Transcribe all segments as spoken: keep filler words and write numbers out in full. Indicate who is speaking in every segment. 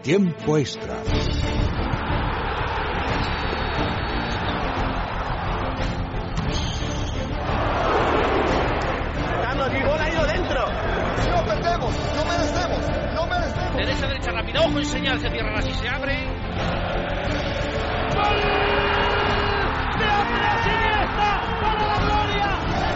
Speaker 1: Tiempo extra.
Speaker 2: Carlos, mi gol ha ido dentro.
Speaker 3: No perdemos, no merecemos, no merecemos.
Speaker 4: Derecha, derecha, rápida, ojo en señal, se cierra así, se abre.
Speaker 2: ¡Gol! ¡De Andrés Iniesta para la gloria!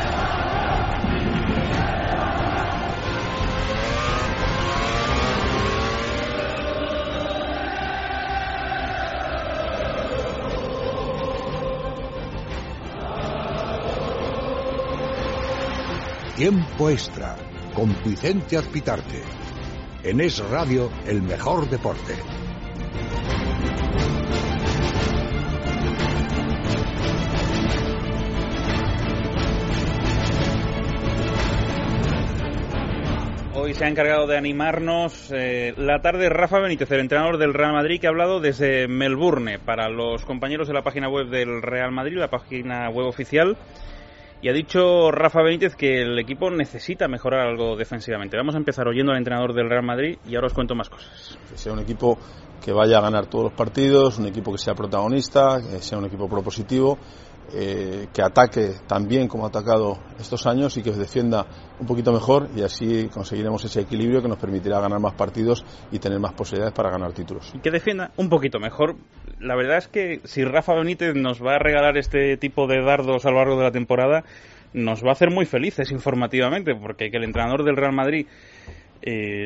Speaker 1: Tiempo extra, con Vicente Azpitarte. En Es Radio, el mejor deporte.
Speaker 5: Hoy se ha encargado de animarnos eh, la tarde Rafa Benítez, el entrenador del Real Madrid, que ha hablado desde Melbourne para los compañeros de la página web del Real Madrid, la página web oficial. Y ha dicho Rafa Benítez que el equipo necesita mejorar algo defensivamente. Vamos a empezar oyendo al entrenador del Real Madrid y ahora os cuento más cosas.
Speaker 6: Que sea un equipo que vaya a ganar todos los partidos, un equipo que sea protagonista, que sea un equipo propositivo, eh, que ataque tan bien como ha atacado estos años y que defienda un poquito mejor, y así conseguiremos ese equilibrio que nos permitirá ganar más partidos y tener más posibilidades para ganar títulos.
Speaker 5: Y que defienda un poquito mejor. La verdad es que si Rafa Benítez nos va a regalar este tipo de dardos a lo largo de la temporada, nos va a hacer muy felices informativamente, porque que el entrenador del Real Madrid eh,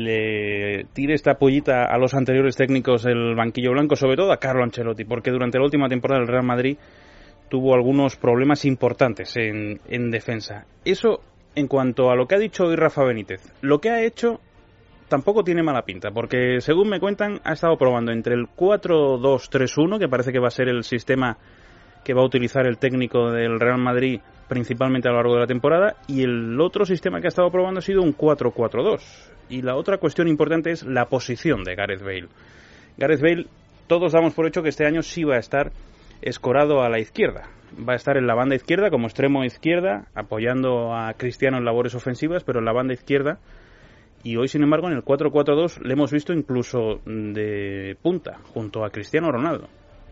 Speaker 5: le tire esta pollita a los anteriores técnicos del banquillo blanco, sobre todo a Carlo Ancelotti, porque durante la última temporada el Real Madrid tuvo algunos problemas importantes en, en defensa. Eso en cuanto a lo que ha dicho hoy Rafa Benítez. Lo que ha hecho tampoco tiene mala pinta, porque según me cuentan ha estado probando entre el cuatro dos tres uno, que parece que va a ser el sistema que va a utilizar el técnico del Real Madrid principalmente a lo largo de la temporada, y el otro sistema que ha estado probando ha sido un cuatro cuatro dos. Y la otra cuestión importante es la posición de Gareth Bale. Gareth Bale, todos damos por hecho que este año sí va a estar escorado a la izquierda. Va a estar en la banda izquierda como extremo izquierda, apoyando a Cristiano en labores ofensivas, pero en la banda izquierda. Y hoy, sin embargo, en el cuatro cuatro dos le hemos visto incluso de punta, junto a Cristiano Ronaldo.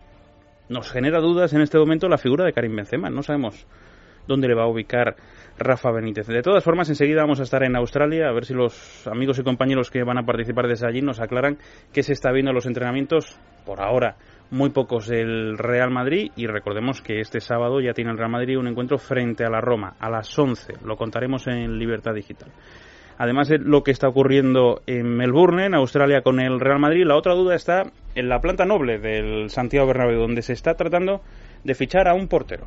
Speaker 5: Nos genera dudas en este momento la figura de Karim Benzema. No sabemos dónde le va a ubicar Rafa Benítez. De todas formas, enseguida vamos a estar en Australia, a ver si los amigos y compañeros que van a participar desde allí nos aclaran qué se está viendo en los entrenamientos. Por ahora, muy pocos del Real Madrid, y recordemos que este sábado ya tiene el Real Madrid un encuentro frente a la Roma a las once. Lo contaremos en Libertad Digital. Además de lo que está ocurriendo en Melbourne, en Australia, con el Real Madrid, la otra duda está en la planta noble del Santiago Bernabéu, donde se está tratando de fichar a un portero.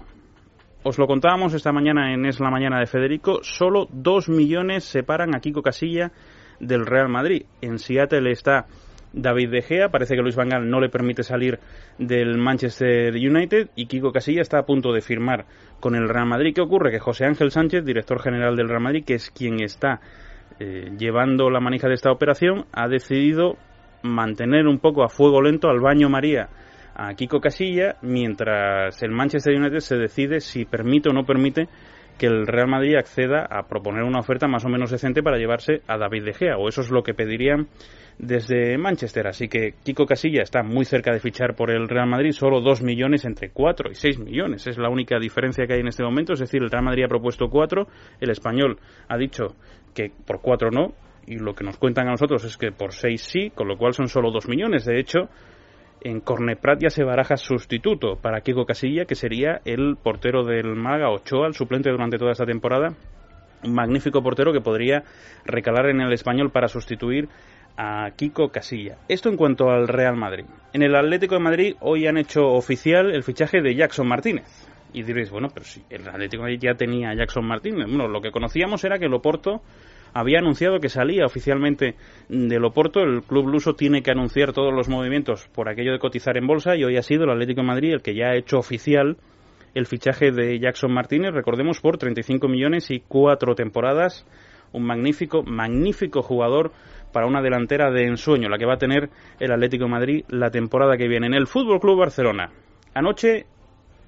Speaker 5: Os lo contábamos esta mañana en Es la Mañana de Federico, solo dos millones separan a Kiko Casilla del Real Madrid. En Seattle está David De Gea, parece que Luis Van Gaal no le permite salir del Manchester United, y Kiko Casilla está a punto de firmar con el Real Madrid. ¿Qué ocurre? Que José Ángel Sánchez, director general del Real Madrid, que es quien está eh, llevando la manija de esta operación, ha decidido mantener un poco a fuego lento, al baño María, a Kiko Casilla, mientras el Manchester United se decide si permite o no permite que el Real Madrid acceda a proponer una oferta más o menos decente para llevarse a David De Gea, o eso es lo que pedirían desde Manchester. Así que Kiko Casilla está muy cerca de fichar por el Real Madrid, solo dos millones entre cuatro y seis millones, es la única diferencia que hay en este momento. Es decir, el Real Madrid ha propuesto cuatro, el español ha dicho que por cuatro no, y lo que nos cuentan a nosotros es que por seis sí, con lo cual son solo dos millones. De hecho, en Corneprat ya se baraja sustituto para Kiko Casilla, que sería el portero del Málaga, Ochoa, el suplente durante toda esta temporada. Un magnífico portero que podría recalar en el español para sustituir a Kiko Casilla. Esto en cuanto al Real Madrid. En el Atlético de Madrid hoy han hecho oficial el fichaje de Jackson Martínez. Y diréis, bueno, pero si el Atlético de Madrid ya tenía a Jackson Martínez. Bueno, lo que conocíamos era que el Oporto había anunciado que salía oficialmente del Oporto. El club luso tiene que anunciar todos los movimientos por aquello de cotizar en bolsa, y hoy ha sido el Atlético de Madrid el que ya ha hecho oficial el fichaje de Jackson Martínez, recordemos, por treinta y cinco millones y cuatro temporadas. Un magnífico, magnífico jugador para una delantera de ensueño, la que va a tener el Atlético de Madrid la temporada que viene. En el Fútbol Club Barcelona, anoche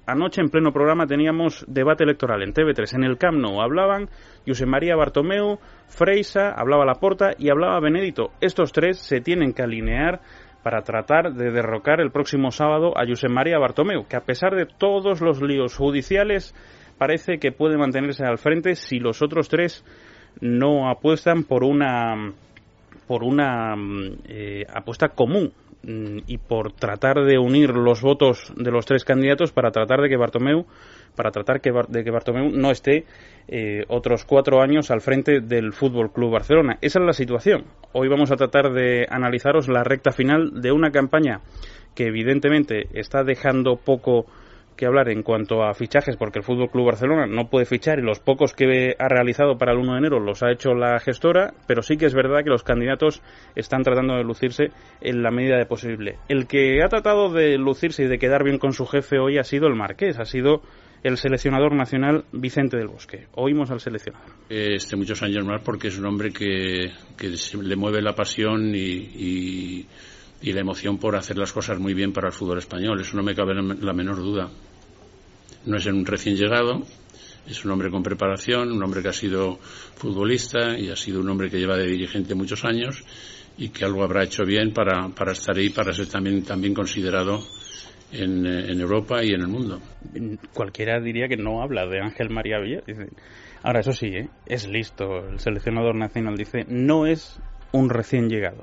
Speaker 5: anoche en pleno programa teníamos debate electoral en T V tres. En el Camp Nou hablaban Josep María Bartomeu, Freixa, hablaba Laporta y hablaba Benedito. Estos tres se tienen que alinear para tratar de derrocar el próximo sábado a Josep María Bartomeu, que a pesar de todos los líos judiciales parece que puede mantenerse al frente si los otros tres no apuestan por una por una eh, apuesta común y por tratar de unir los votos de los tres candidatos para tratar de que Bartomeu para tratar que, de que Bartomeu no esté eh, otros cuatro años al frente del Fútbol Club Barcelona. Esa es la situación. Hoy vamos a tratar de analizaros la recta final de una campaña que evidentemente está dejando poco que hablar en cuanto a fichajes, porque el Fútbol Club Barcelona no puede fichar y los pocos que ha realizado para el uno de enero los ha hecho la gestora, pero sí que es verdad que los candidatos están tratando de lucirse en la medida de posible. El que ha tratado de lucirse y de quedar bien con su jefe hoy ha sido el Marqués, ha sido el seleccionador nacional Vicente del Bosque. Oímos al seleccionador.
Speaker 7: Este muchos años más, porque es un hombre que, que le mueve la pasión y, y, y la emoción por hacer las cosas muy bien para el fútbol español. Eso no me cabe la menor duda. No es un recién llegado, es un hombre con preparación, un hombre que ha sido futbolista y ha sido un hombre que lleva de dirigente muchos años y que algo habrá hecho bien para, para estar ahí, para ser también, también considerado en, en Europa y en el mundo.
Speaker 5: Cualquiera diría que no habla de Ángel María Villar. Ahora, eso sí, ¿eh? Es listo. El seleccionador nacional dice, no es un recién llegado.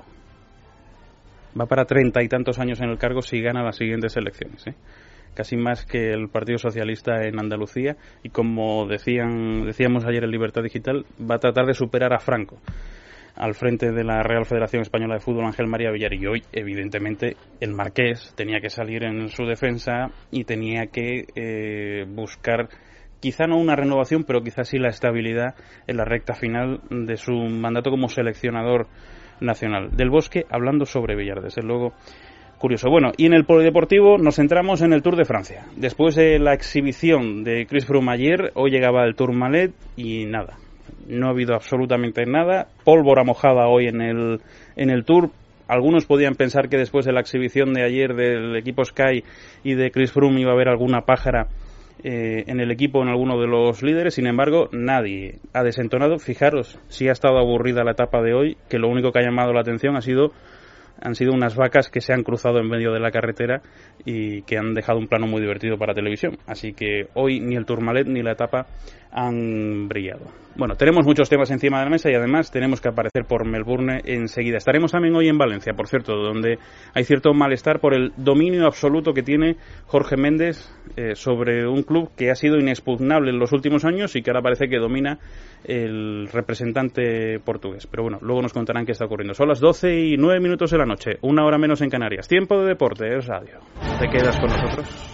Speaker 5: Va para treinta y tantos años en el cargo si gana las siguientes elecciones, ¿eh? Casi más que el Partido Socialista en Andalucía, y como decían decíamos ayer en Libertad Digital, va a tratar de superar a Franco al frente de la Real Federación Española de Fútbol, Ángel María Villar. Y hoy, evidentemente, el Marqués tenía que salir en su defensa y tenía que eh, buscar, quizá no una renovación, pero quizás sí la estabilidad en la recta final de su mandato como seleccionador nacional. Del Bosque hablando sobre Villar, desde luego curioso. Bueno, y en el polideportivo nos centramos en el Tour de Francia. Después de la exhibición de Chris Froome ayer, hoy llegaba el Tourmalet y nada. No ha habido absolutamente nada. Pólvora mojada hoy en el, en el Tour. Algunos podían pensar que después de la exhibición de ayer del equipo Sky y de Chris Froome iba a haber alguna pájara eh, en el equipo, en alguno de los líderes. Sin embargo, nadie ha desentonado. Fijaros, si ha estado aburrida la etapa de hoy, que lo único que ha llamado la atención ha sido han sido unas vacas que se han cruzado en medio de la carretera y que han dejado un plano muy divertido para televisión. Así que hoy ni el Tourmalet ni la etapa han brillado. Bueno, tenemos muchos temas encima de la mesa y además tenemos que aparecer por Melbourne enseguida. Estaremos también hoy en Valencia, por cierto, donde hay cierto malestar por el dominio absoluto que tiene Jorge Méndez eh, sobre un club que ha sido inexpugnable en los últimos años y que ahora parece que domina el representante portugués. Pero bueno, luego nos contarán qué está ocurriendo. Son las doce y nueve minutos de la noche, una hora menos en Canarias. Tiempo de deporte, es radio. ¿Te quedas con nosotros?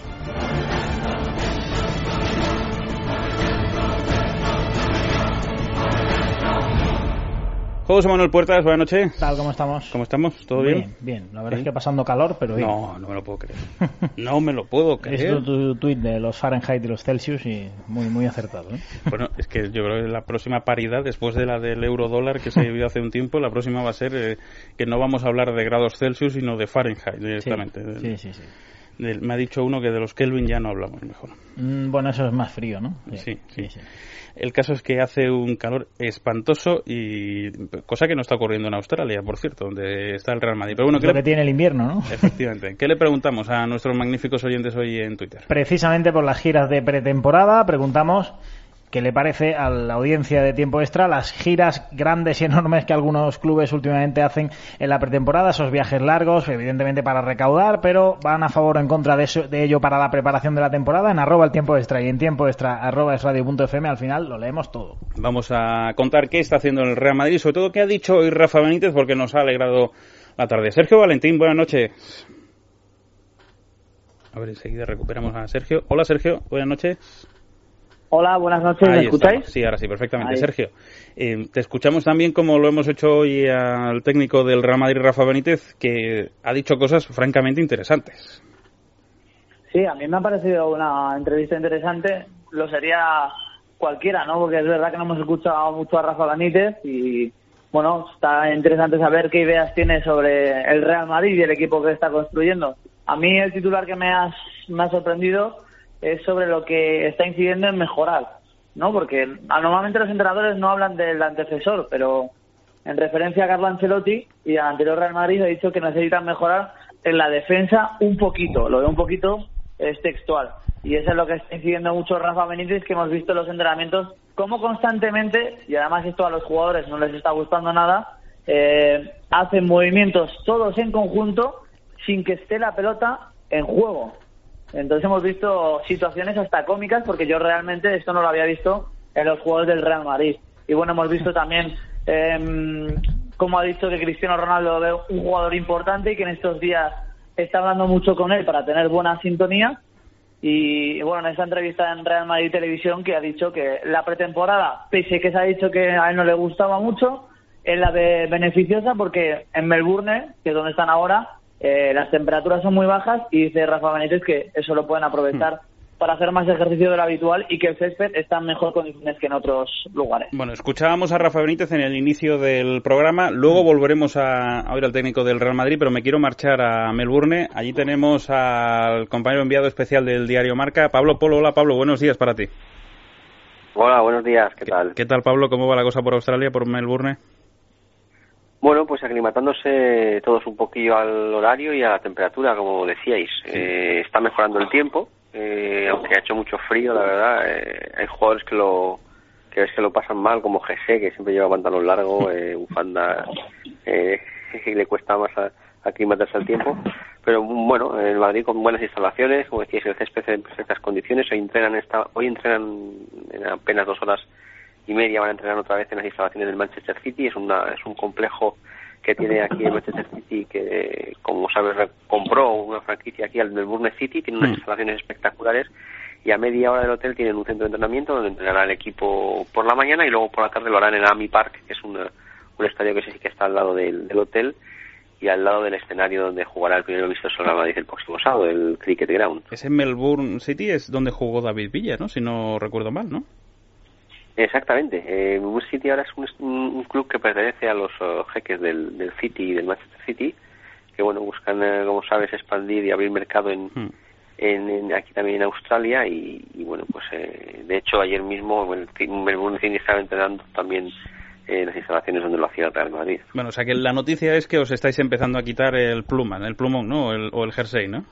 Speaker 5: José Manuel Puertas, buenas noches.
Speaker 8: ¿Qué tal? ¿Cómo estamos?
Speaker 5: ¿Cómo estamos? ¿Todo bien?
Speaker 8: Bien, bien. La verdad
Speaker 5: ¿Sí?
Speaker 8: es que pasando calor, pero bien.
Speaker 5: No, no me lo puedo creer. No me lo puedo creer.
Speaker 8: Es tu, tu tuit de los Fahrenheit y los Celsius y muy muy acertado, ¿eh?
Speaker 5: Bueno, es que yo creo que la próxima paridad, después de la del euro-dólar que se vivió hace un tiempo, la próxima va a ser eh, que no vamos a hablar de grados Celsius, sino de Fahrenheit directamente.
Speaker 8: Sí, sí, sí. sí.
Speaker 5: De, me ha dicho uno que de los Kelvin ya no hablamos mejor.
Speaker 8: Mm, bueno, eso es más frío, ¿no?
Speaker 5: Sí, sí,
Speaker 8: sí, sí.
Speaker 5: El caso es que hace un calor espantoso y cosa que no está ocurriendo en Australia, por cierto, donde está el Real Madrid. Pero bueno,
Speaker 8: es lo
Speaker 5: le...
Speaker 8: que tiene el invierno, ¿no?
Speaker 5: Efectivamente. ¿Qué le preguntamos a nuestros magníficos oyentes hoy en Twitter?
Speaker 8: Precisamente por las giras de pretemporada, preguntamos qué le parece a la audiencia de Tiempo Extra las giras grandes y enormes que algunos clubes últimamente hacen en la pretemporada, esos viajes largos, evidentemente para recaudar, pero van a favor o en contra de, eso, de ello para la preparación de la temporada. En arroba el Tiempo Extra y en tiempo extra arroba es radio punto f m, al final lo leemos todo. Vamos a contar qué está haciendo el Real Madrid, sobre todo qué ha dicho hoy Rafa Benítez, porque nos ha alegrado la tarde. Sergio Valentín, buenas noches. A ver, enseguida recuperamos a Sergio. Hola Sergio, buenas noches.
Speaker 9: Hola, buenas noches, ¿me escucháis?
Speaker 5: Estamos. Sí, ahora sí, perfectamente.
Speaker 9: Ahí.
Speaker 5: Sergio, eh, te escuchamos también como lo hemos hecho hoy al técnico del Real Madrid, Rafa Benítez, que ha dicho cosas francamente interesantes.
Speaker 9: Sí, a mí me ha parecido una entrevista interesante, lo sería cualquiera, ¿no? Porque es verdad que no hemos escuchado mucho a Rafa Benítez y, bueno, está interesante saber qué ideas tiene sobre el Real Madrid y el equipo que está construyendo. A mí el titular que me, has, me ha sorprendido es sobre lo que está incidiendo en mejorar, ¿no? Porque normalmente los entrenadores no hablan del antecesor, pero en referencia a Carlo Ancelotti y al anterior Real Madrid ha dicho que necesitan mejorar en la defensa un poquito, lo de un poquito es textual, y eso es lo que está incidiendo mucho Rafa Benítez, que hemos visto en los entrenamientos como constantemente, y además esto a los jugadores no les está gustando nada, eh, hacen movimientos todos en conjunto sin que esté la pelota en juego. Entonces hemos visto situaciones hasta cómicas, porque yo realmente esto no lo había visto en los juegos del Real Madrid. Y bueno, hemos visto también eh, como ha dicho que Cristiano Ronaldo ve un jugador importante y que en estos días está hablando mucho con él para tener buena sintonía. Y bueno, en esa entrevista en Real Madrid Televisión, que ha dicho que la pretemporada, pese que se ha dicho que a él no le gustaba mucho, es la de beneficiosa, porque en Melbourne, que es donde están ahora, eh, las temperaturas son muy bajas, y dice Rafa Benítez que eso lo pueden aprovechar mm. para hacer más ejercicio de lo habitual, y que el césped está en mejor condiciones que en otros lugares.
Speaker 5: Bueno, escuchábamos a Rafa Benítez en el inicio del programa, luego volveremos a, a oír al técnico del Real Madrid, pero me quiero marchar a Melbourne. Allí tenemos al compañero enviado especial del diario Marca, Pablo Polo. Hola Pablo, buenos días para ti.
Speaker 10: Hola, buenos días, ¿qué tal?
Speaker 5: ¿Qué, qué tal Pablo? ¿Cómo va la cosa por Australia, por Melbourne?
Speaker 10: Bueno, pues aclimatándose todos un poquillo al horario y a la temperatura, como decíais. Sí. Eh, está mejorando el tiempo, eh, aunque ha hecho mucho frío, la verdad. Eh, hay jugadores que lo que ves que lo pasan mal, como Jesse, que siempre lleva pantalón largo, eh, bufanda, eh, y le cuesta más a, aclimatarse al tiempo. Pero bueno, en Madrid con buenas instalaciones, como decíais, el césped en perfectas condiciones. Hoy entrenan, esta, hoy entrenan en apenas dos horas y media, van a entrenar otra vez en las instalaciones del Manchester City. Es una es un complejo que tiene aquí el Manchester City, que como sabes compró una franquicia aquí al Melbourne City, tiene unas mm. instalaciones espectaculares, y a media hora del hotel tienen un centro de entrenamiento donde entrenará el equipo por la mañana, y luego por la tarde lo harán en el Army Park, que es una, un estadio que sí que está al lado del, del hotel y al lado del escenario donde jugará el primer vistoso Real Madrid el próximo sábado, el Cricket Ground.
Speaker 5: Ese Melbourne City es donde jugó David Villa, ¿no? Si no recuerdo mal, ¿no?
Speaker 10: Exactamente. Eh, Melbourne City ahora es un, un club que pertenece a los uh, jeques del, del City y del Manchester City, que bueno, buscan, eh, como sabes, expandir y abrir mercado en, hmm. en, en aquí también en Australia, y, y bueno, pues eh, de hecho ayer mismo el Melbourne City estaba entrenando también en las instalaciones donde lo hacía el Real Madrid.
Speaker 5: Bueno, o sea que la noticia es que os estáis empezando a quitar el plumón, el plumón, ¿no? O el, o el jersey, ¿no?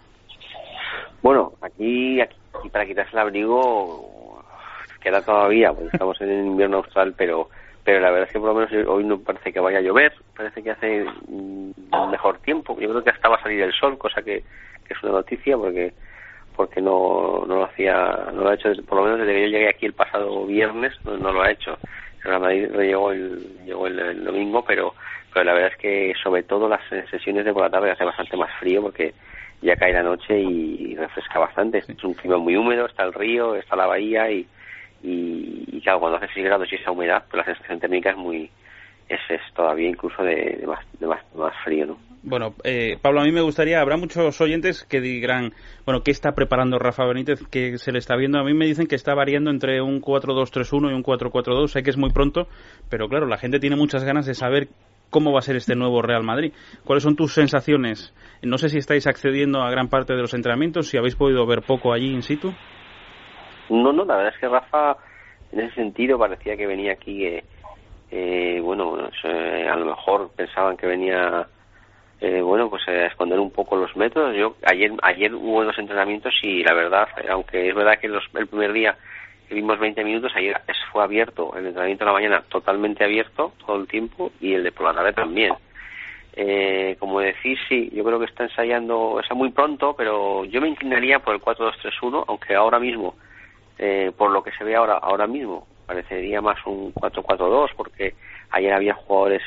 Speaker 10: Bueno, aquí, aquí para quitarse el abrigo queda todavía, porque estamos en el invierno austral, pero pero la verdad es que por lo menos hoy no parece que vaya a llover, parece que hace un mejor tiempo. Yo creo que hasta va a salir el sol, cosa que, que es una noticia, porque porque no no lo hacía, no lo ha hecho desde, por lo menos desde que yo llegué aquí el pasado viernes, no, no lo ha hecho. El Real Madrid llegó el llegó el, el domingo, pero pero la verdad es que sobre todo las sesiones de por la tarde hace bastante más frío, porque ya cae la noche y refresca bastante. Es un clima muy húmedo, está el río, está la bahía, y Y, y claro, cuando hace seis grados y esa humedad, pues la sensación térmica es muy es, es todavía incluso de, de, más, de más, más frío, ¿no?
Speaker 5: Bueno, eh, Pablo, a mí me gustaría, habrá muchos oyentes que dirán, bueno, ¿qué está preparando Rafa Benítez? ¿Qué se le está viendo? A mí me dicen que está variando entre un cuatro dos tres uno y un cuatro cuatro dos. Sé que es muy pronto, pero claro, la gente tiene muchas ganas de saber cómo va a ser este nuevo Real Madrid. ¿Cuáles son tus sensaciones? No sé si estáis accediendo a gran parte de los entrenamientos, si habéis podido ver poco allí in situ.
Speaker 10: No, no, la verdad es que Rafa, en ese sentido, parecía que venía aquí, eh, eh, bueno, eh, a lo mejor pensaban que venía, eh, bueno, pues a esconder un poco los métodos. Yo ayer ayer hubo dos entrenamientos y la verdad, aunque es verdad que los, el primer día vimos veinte minutos, ayer fue abierto, el entrenamiento de la mañana totalmente abierto todo el tiempo, y el de por la tarde también. Eh, como decís, sí, yo creo que está ensayando, está muy pronto, pero yo me inclinaría por el cuatro dos tres uno, aunque ahora mismo, Eh, por lo que se ve ahora ahora mismo, parecería más un cuatro cuatro dos, porque ayer había jugadores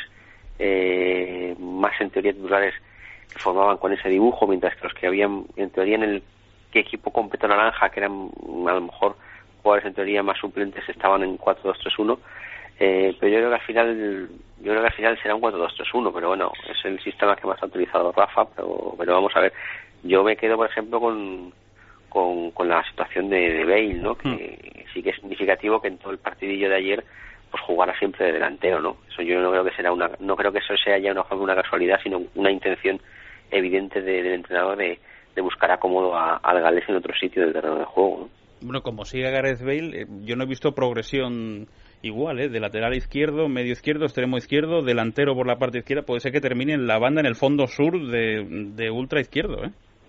Speaker 10: eh, más en teoría titulares que formaban con ese dibujo, mientras que los que habían en teoría en el que equipo completo naranja, que eran a lo mejor jugadores en teoría más suplentes, estaban en cuatro dos tres uno, eh, pero yo creo que al final yo creo que al final será un cuatro dos tres uno, pero bueno, es el sistema que más ha utilizado Rafa, pero, pero vamos a ver. Yo me quedo, por ejemplo, con Con, con la situación de, de Bale, ¿no? Que mm. sí que es significativo que en todo el partidillo de ayer pues jugara siempre de delantero, ¿no? Eso yo no creo que será una, no creo que eso sea ya una, una casualidad, sino una intención evidente de, del entrenador de, de buscar acomodo a, al Gales en otro sitio del terreno de juego, ¿no?
Speaker 5: Bueno, como sigue Gareth Bale, eh, yo no he visto progresión igual, ¿eh? De lateral izquierdo, medio izquierdo, extremo izquierdo, delantero por la parte izquierda. Puede ser que termine en la banda en el fondo sur de, de ultra izquierdo, ¿eh?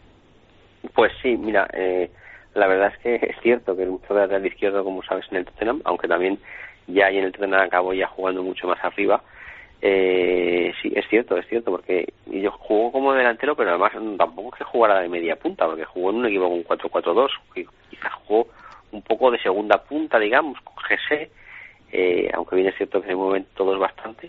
Speaker 10: Pues sí, mira, eh, la verdad es que es cierto que el mucho lateral izquierdo, como sabes, en el Tottenham, aunque también ya ahí en el Tottenham acabó ya jugando mucho más arriba. Eh, sí, es cierto, es cierto, porque yo jugó como delantero, pero además tampoco es que jugara de media punta, porque jugó en un equipo con cuatro cuatro dos, quizás jugó un poco de segunda punta, digamos, con G C, eh, aunque bien es cierto que se mueven todos bastante,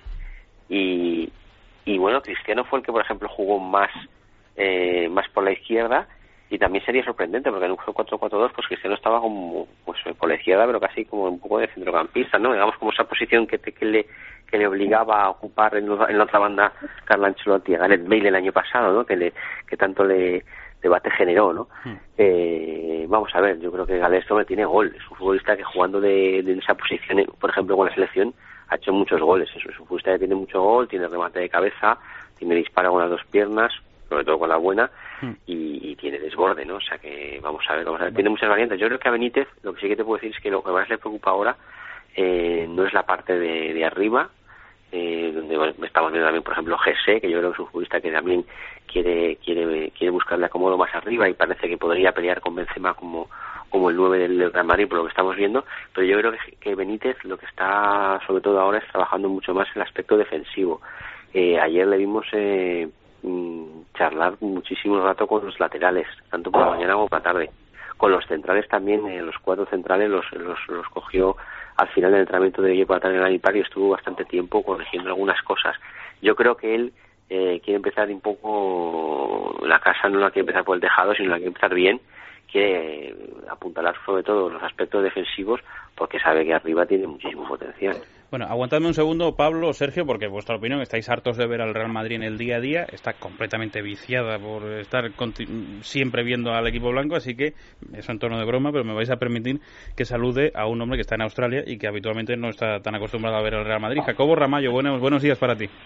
Speaker 10: y, y bueno, Cristiano fue el que, por ejemplo, jugó más eh, más por la izquierda, y también sería sorprendente, porque en un cuatro cuatro dos, pues Cristiano estaba como pues por la izquierda, pero casi como un poco de centrocampista, ¿no? Digamos como esa posición que, te, que le que le obligaba a ocupar en, en la otra banda Carlo Ancelotti, a Gareth Bale el año pasado, ¿no? Que le que tanto le debate generó, ¿no? Hmm. Eh, vamos a ver, yo creo que Gales me tiene gol, es un futbolista que jugando de, de esa posición, por ejemplo con la selección, ha hecho muchos goles, es un futbolista que tiene mucho gol, tiene remate de cabeza, tiene disparo con las dos piernas, sobre todo con la buena, hmm. y, y tiene desborde, ¿no? O sea que vamos a ver, vamos a ver, tiene muchas variantes. Yo creo que a Benítez lo que sí que te puedo decir es que lo que más le preocupa ahora eh, no es la parte de, de arriba, eh, donde bueno, estamos viendo también, por ejemplo, G C, que yo creo que es un futbolista que también quiere quiere quiere buscarle acomodo más arriba y parece que podría pelear con Benzema como como el nueve del Real Madrid, por lo que estamos viendo, pero yo creo que, que Benítez lo que está sobre todo ahora es trabajando mucho más en el aspecto defensivo. Eh, ayer le vimos eh, charlar muchísimo rato con los laterales, tanto por la mañana como por la tarde. Con los centrales también, eh, los cuatro centrales los, los, los cogió al final del entrenamiento de hoy por la tarde en el Par y estuvo bastante tiempo corrigiendo algunas cosas. Yo creo que él eh, quiere empezar un poco, la casa no la quiere empezar por el tejado, sino la quiere empezar bien, quiere eh, apuntalar sobre todo los aspectos defensivos porque sabe que arriba tiene muchísimo potencial.
Speaker 5: Bueno, aguantadme un segundo, Pablo, Sergio, porque vuestra opinión, estáis hartos de ver al Real Madrid en el día a día, está completamente viciada por estar conti- siempre viendo al equipo blanco, así que, eso en tono de broma, pero me vais a permitir que salude a un hombre que está en Australia y que habitualmente no está tan acostumbrado a ver al Real Madrid. Jacobo Ramallo, buenos, buenos días para ti.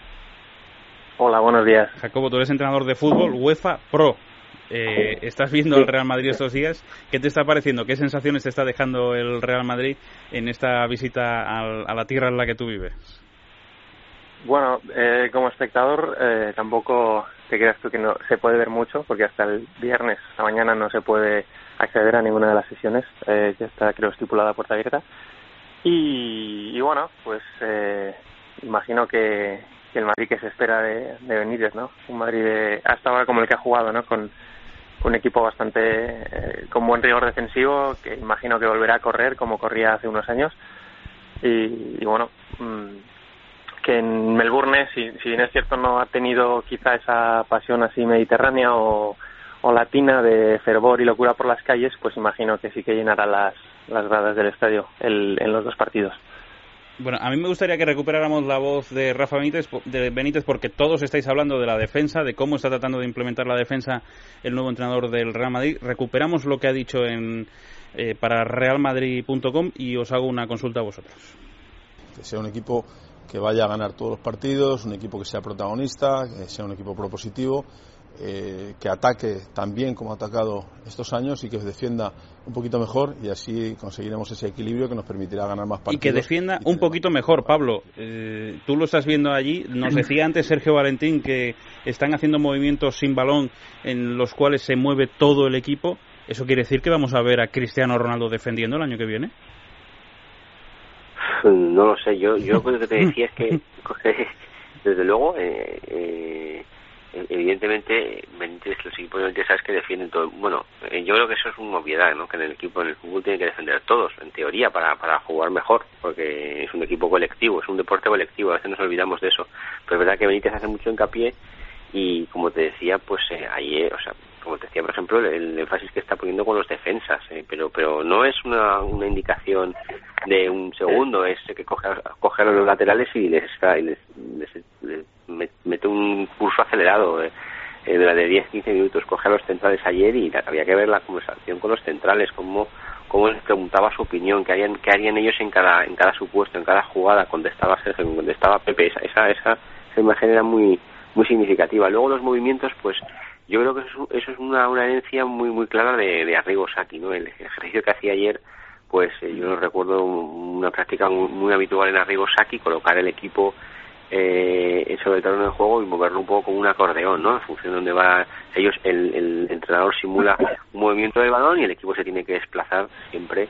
Speaker 11: Hola, buenos días.
Speaker 5: Jacobo, tú eres entrenador de fútbol UEFA Pro. Eh, estás viendo el Real Madrid estos días. ¿Qué te está pareciendo? ¿Qué sensaciones te está dejando el Real Madrid en esta visita al, a la tierra en la que tú vives?
Speaker 11: Bueno, eh, como espectador eh, tampoco te creas tú que no se puede ver mucho, porque hasta el viernes, hasta mañana, no se puede acceder a ninguna de las sesiones, eh, que está, creo, estipulada a puerta abierta. Y, y bueno, pues eh, imagino que, que el Madrid que se espera de, de Benítez, ¿no? Un Madrid de, hasta ahora como el que ha jugado, ¿no? Con un equipo bastante eh, con buen rigor defensivo, que imagino que volverá a correr como corría hace unos años. Y, y bueno, mmm, que en Melbourne, si, si bien es cierto, no ha tenido quizá esa pasión así mediterránea o, o latina de fervor y locura por las calles, pues imagino que sí que llenará las, las gradas del estadio el, en los dos partidos.
Speaker 5: Bueno, a mí me gustaría que recuperáramos la voz de Rafa Benítez, de Benítez, porque todos estáis hablando de la defensa, de cómo está tratando de implementar la defensa el nuevo entrenador del Real Madrid. Recuperamos lo que ha dicho en eh, para real madrid punto com y os hago una consulta a vosotros.
Speaker 6: Que sea un equipo que vaya a ganar todos los partidos, un equipo que sea protagonista, que sea un equipo propositivo, eh, que ataque tan bien como ha atacado estos años y que defienda un poquito mejor, y así conseguiremos ese equilibrio que nos permitirá ganar más partidos.
Speaker 5: Y que defienda y un poquito mejor, Pablo. Eh, tú lo estás viendo allí. Nos decía antes Sergio Valentín que están haciendo movimientos sin balón en los cuales se mueve todo el equipo. ¿Eso quiere decir que vamos a ver a Cristiano Ronaldo defendiendo el año que viene?
Speaker 10: No lo sé, yo yo lo que te decía es que desde luego eh, eh, evidentemente Benítez, los equipos de Benítez sabes que defienden todo. Bueno, eh, yo creo que eso es una obviedad, ¿no? Que en el equipo, en el fútbol tienen que defender todos, en teoría, para para jugar mejor, porque es un equipo colectivo, es un deporte colectivo, a veces nos olvidamos de eso, pero es verdad que Benítez hace mucho hincapié y como te decía, pues eh, ayer, o sea, como te decía, por ejemplo, el, el énfasis que está poniendo con los defensas, eh, pero pero no es una, una indicación de un segundo, es que coge, coge a los laterales y les, y les, les, les mete un curso acelerado eh, eh, de la de diez a quince minutos, coge a los centrales ayer y había que ver la conversación con los centrales, cómo, cómo les preguntaba su opinión, qué harían, qué harían ellos en cada en cada supuesto, en cada jugada, contestaba Sergio, contestaba Pepe, esa, esa, esa, esa imagen era muy muy significativa. Luego los movimientos, pues yo creo que eso, eso es una, una herencia muy muy clara de, de Arrigo Sacchi, ¿no? El ejercicio que hacía ayer, pues eh, yo recuerdo una práctica muy, muy habitual en Arrigo Sacchi, colocar el equipo eh, sobre el terreno de juego y moverlo un poco como un acordeón, ¿no? En función de donde va ellos, el, el entrenador simula un movimiento del balón y el equipo se tiene que desplazar siempre,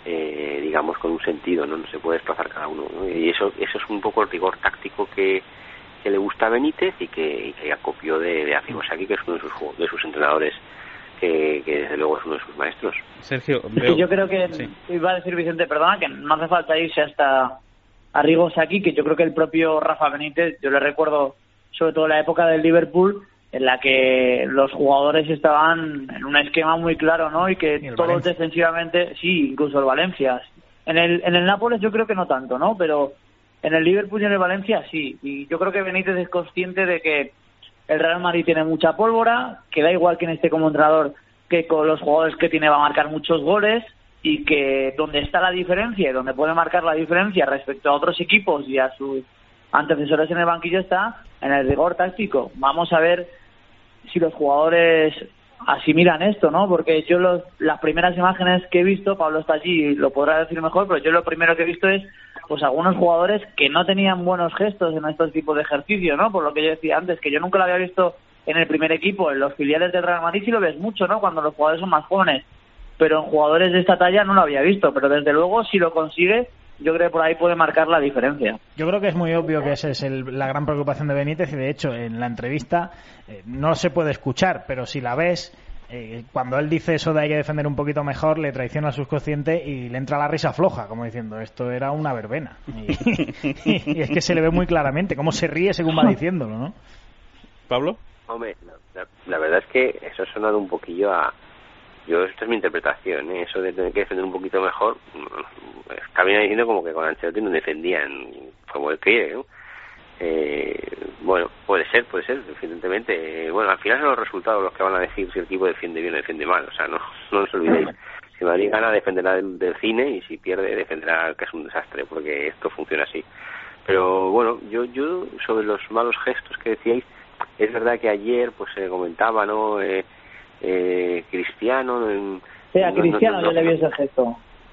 Speaker 10: eh, digamos, con un sentido, ¿no? No se puede desplazar cada uno, ¿no? Y eso eso es un poco el rigor táctico que, que le gusta a Benítez y que, y que ya copió de, de Arrigo Sacchi, que es uno de sus, de sus entrenadores, que, que desde luego es uno de sus maestros.
Speaker 5: Sergio,
Speaker 9: veo... yo creo que, sí. Iba a decir Vicente, perdona, que no hace falta irse hasta Arrigo Sacchi, que yo creo que el propio Rafa Benítez, yo le recuerdo sobre todo la época del Liverpool, en la que los jugadores estaban en un esquema muy claro, ¿no? Y que y todos Valencia. defensivamente, sí, incluso el Valencia. En el en el Nápoles yo creo que no tanto, ¿no? Pero en el Liverpool y en el Valencia sí. Y yo creo que Benítez es consciente de que el Real Madrid tiene mucha pólvora, que da igual quién esté como entrenador, que con los jugadores que tiene va a marcar muchos goles, y que donde está la diferencia y donde puede marcar la diferencia respecto a otros equipos y a sus antecesores en el banquillo está en el rigor táctico. Vamos a ver si los jugadores asimilan esto, ¿no? Porque yo los, las primeras imágenes que he visto, Pablo está allí y lo podrá decir mejor, pero yo lo primero que he visto es pues algunos jugadores que no tenían buenos gestos en estos tipos de ejercicios, ¿no? Por lo que yo decía antes, que yo nunca lo había visto en el primer equipo, en los filiales del Real Madrid sí lo ves mucho, ¿no? Cuando los jugadores son más jóvenes, pero en jugadores de esta talla no lo había visto, pero desde luego si lo consigue, yo creo que por ahí puede marcar la diferencia.
Speaker 8: Yo creo que es muy obvio que esa es el, la gran preocupación de Benítez, y de hecho en la entrevista eh, no se puede escuchar, pero si la ves, eh, cuando él dice eso de hay que defender un poquito mejor, le traiciona al subconsciente y le entra la risa floja, como diciendo, esto era una verbena. Y, y, y es que se le ve muy claramente cómo se ríe según va diciéndolo, ¿no?
Speaker 5: ¿Pablo?
Speaker 10: Hombre, la, la verdad es que eso ha sonado un poquillo a... Yo, esto es mi interpretación, ¿eh? Eso de tener que defender un poquito mejor, está bien diciendo como que con Ancelotti no defendían como él quiere, ¿no? Eh, bueno, puede ser, puede ser, evidentemente. Eh, bueno, al final son los resultados los que van a decir si el equipo defiende bien o defiende mal, o sea, no, no os olvidéis. Si Madrid gana, defenderá del, del cine, y si pierde, defenderá que es un desastre, porque esto funciona así. Pero bueno, yo, yo sobre los malos gestos que decíais, es verdad que ayer pues se comentaba, ¿no? Eh, Eh, Cristiano en,
Speaker 9: sí, a Cristiano no, no, no, yo le vi ese gesto.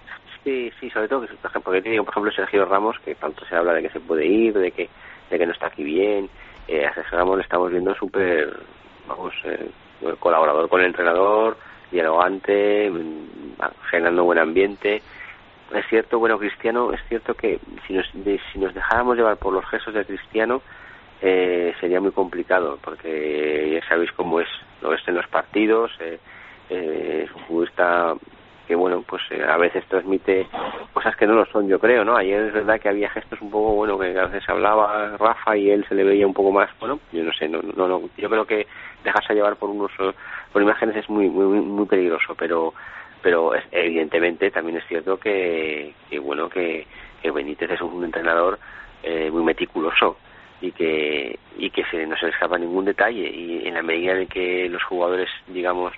Speaker 10: Sí, sí, sobre todo que, por ejemplo, porque digo, por ejemplo, Sergio Ramos, que tanto se habla de que se puede ir, de que de que no está aquí bien, eh, a Sergio Ramos le estamos viendo súper, vamos, eh, colaborador con el entrenador, dialogante, generando buen ambiente. Es cierto, bueno, Cristiano, es cierto que si nos de, si nos dejáramos llevar por los gestos de Cristiano, eh, sería muy complicado, porque ya sabéis cómo es, lo ves en los partidos, eh, eh, es un futbolista que, bueno, pues eh, a veces transmite cosas que no lo son, yo creo, ¿no? Ayer es verdad que había gestos un poco, bueno, que a veces hablaba Rafa y él se le veía un poco más, bueno, yo no sé, no, no, no yo creo que dejarse llevar por unos por imágenes es muy muy muy peligroso, pero pero es, evidentemente también es cierto que, que bueno, que, que Benítez es un entrenador eh, muy meticuloso, y que y que se, no se le escapa ningún detalle, y en la medida en que los jugadores, digamos,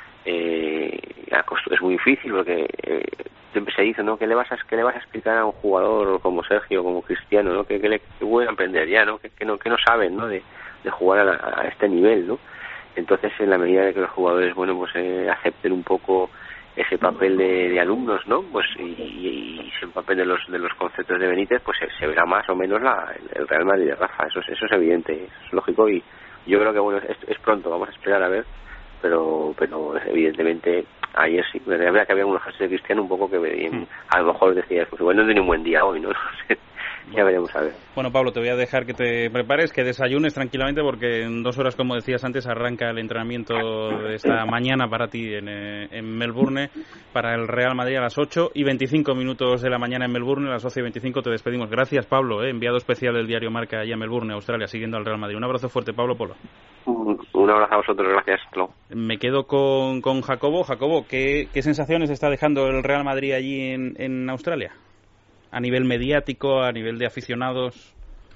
Speaker 10: eh, es muy difícil, porque eh, siempre se dice, ¿no? ¿Qué le vas a, qué le vas a explicar a un jugador como Sergio, como Cristiano, ¿no? Que, que le que pueden aprender ya, ¿no? Que, que no que no saben, ¿no? De, de jugar a, la, a este nivel, ¿no? Entonces, en la medida de que los jugadores, bueno, pues eh, acepten un poco ese papel de, de alumnos, ¿no? Pues y, y, y ese papel de los de los conceptos de Benítez, pues se, se verá más o menos la, el Real Madrid de Rafa. Eso es, eso es evidente, eso es lógico, y yo creo que bueno, es, es pronto, vamos a esperar a ver, pero pero evidentemente ayer sí, la verdad que había unos gestos de Cristiano un poco que mm. a lo mejor decías, pues igual no tiene un buen día hoy, ¿no? No sé. Ya veremos a ver.
Speaker 5: Bueno, Pablo, te voy a dejar que te prepares, que desayunes tranquilamente, porque en dos horas, como decías antes, arranca el entrenamiento de esta mañana para ti en, en Melbourne, para el Real Madrid a las ocho y veinticinco minutos de la mañana en Melbourne. A las doce y veinticinco te despedimos. Gracias, Pablo, eh, enviado especial del diario Marca allá en Melbourne, Australia, siguiendo al Real Madrid. Un abrazo fuerte, Pablo Polo.
Speaker 10: Un, un abrazo a vosotros, gracias. No.
Speaker 5: Me quedo con, con Jacobo. Jacobo, ¿qué, ¿qué sensaciones está dejando el Real Madrid allí en, en Australia? A nivel mediático, a nivel de aficionados.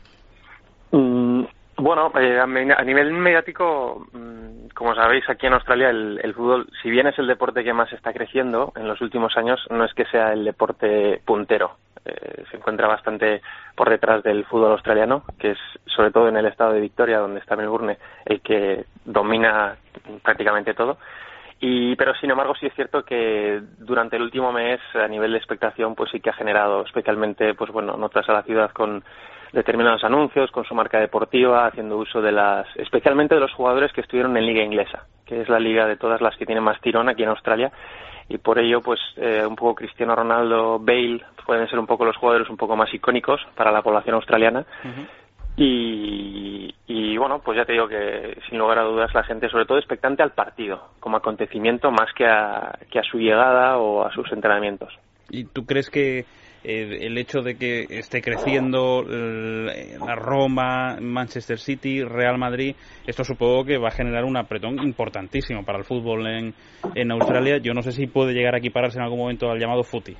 Speaker 11: Mm, bueno, eh, a nivel mediático, mm, como sabéis, aquí en Australia el, el fútbol, si bien es el deporte que más está creciendo en los últimos años, no es que sea el deporte puntero eh, se encuentra bastante por detrás del fútbol australiano, que es sobre todo en el estado de Victoria, donde está Melbourne, el que domina prácticamente todo. Y, pero sin embargo sí es cierto que durante el último mes a nivel de expectación pues sí que ha generado especialmente pues bueno notas a la ciudad con determinados anuncios, con su marca deportiva, haciendo uso de las, especialmente de los jugadores que estuvieron en liga inglesa, que es la liga de todas las que tiene más tirón aquí en Australia, y por ello pues eh, un poco Cristiano Ronaldo, Bale pueden ser un poco los jugadores un poco más icónicos para la población australiana. Uh-huh. Y, y bueno, pues ya te digo que sin lugar a dudas la gente sobre todo expectante al partido como acontecimiento más que a, que a su llegada o a sus entrenamientos.
Speaker 5: ¿Y tú crees que eh, el hecho de que esté creciendo eh, la Roma, Manchester City, Real Madrid, esto supongo que va a generar un apretón importantísimo para el fútbol en, en Australia? Yo no sé si puede llegar a equipararse en algún momento al llamado footy.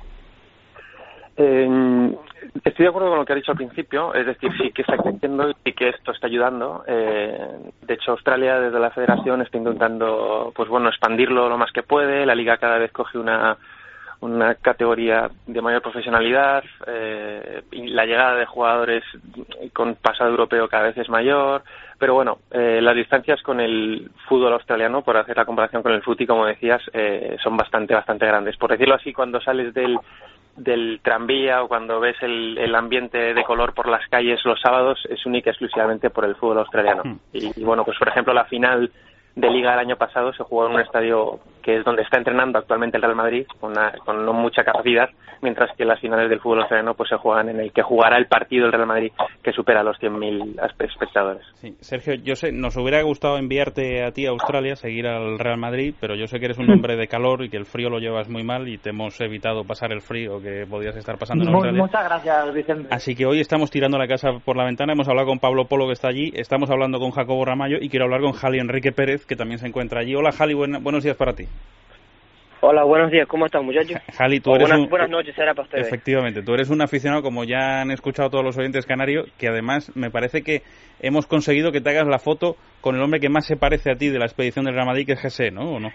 Speaker 11: Eh, estoy de acuerdo con lo que ha dicho al principio, es decir, sí que está creciendo y que esto está ayudando. Eh, de hecho, Australia desde la Federación está intentando, pues bueno, expandirlo lo más que puede. La liga cada vez coge una una categoría de mayor profesionalidad. Eh, y la llegada de jugadores con pasado europeo cada vez es mayor. Pero bueno, eh, las distancias con el fútbol australiano, por hacer la comparación con el fútbol, como decías, eh, son bastante, bastante grandes. Por decirlo así, cuando sales del del tranvía o cuando ves el, el ambiente de color por las calles los sábados es única exclusivamente por el fútbol australiano. Mm. Y, y bueno, pues por ejemplo la final de Liga del año pasado se jugó en un estadio que es donde está entrenando actualmente el Real Madrid, con, una, con no mucha capacidad, mientras que las finales del fútbol australiano pues se juegan en el que jugará el partido del Real Madrid, que supera los cien mil espectadores.
Speaker 5: Sí, Sergio, yo sé, nos hubiera gustado enviarte a ti a Australia, seguir al Real Madrid, pero yo sé que eres un hombre de calor y que el frío lo llevas muy mal y te hemos evitado pasar el frío que podías estar pasando en Australia.
Speaker 9: Muchas gracias, Vicente.
Speaker 5: Así que hoy estamos tirando la casa por la ventana, hemos hablado con Pablo Polo, que está allí, estamos hablando con Jacobo Ramallo y quiero hablar con Jali Enrique Pérez, que también se encuentra allí. Hola, Jali, buen, buenos días para ti.
Speaker 12: Hola, buenos días, ¿cómo están, muchachos?
Speaker 5: Jali, tú eres
Speaker 12: buenas,
Speaker 5: un...
Speaker 12: buenas noches, será para ustedes.
Speaker 5: Efectivamente, tú eres un aficionado, como ya han escuchado todos los oyentes canarios, que además me parece que hemos conseguido que te hagas la foto con el hombre que más se parece a ti de la expedición del Real Madrid, que es José, ¿no? ¿O no?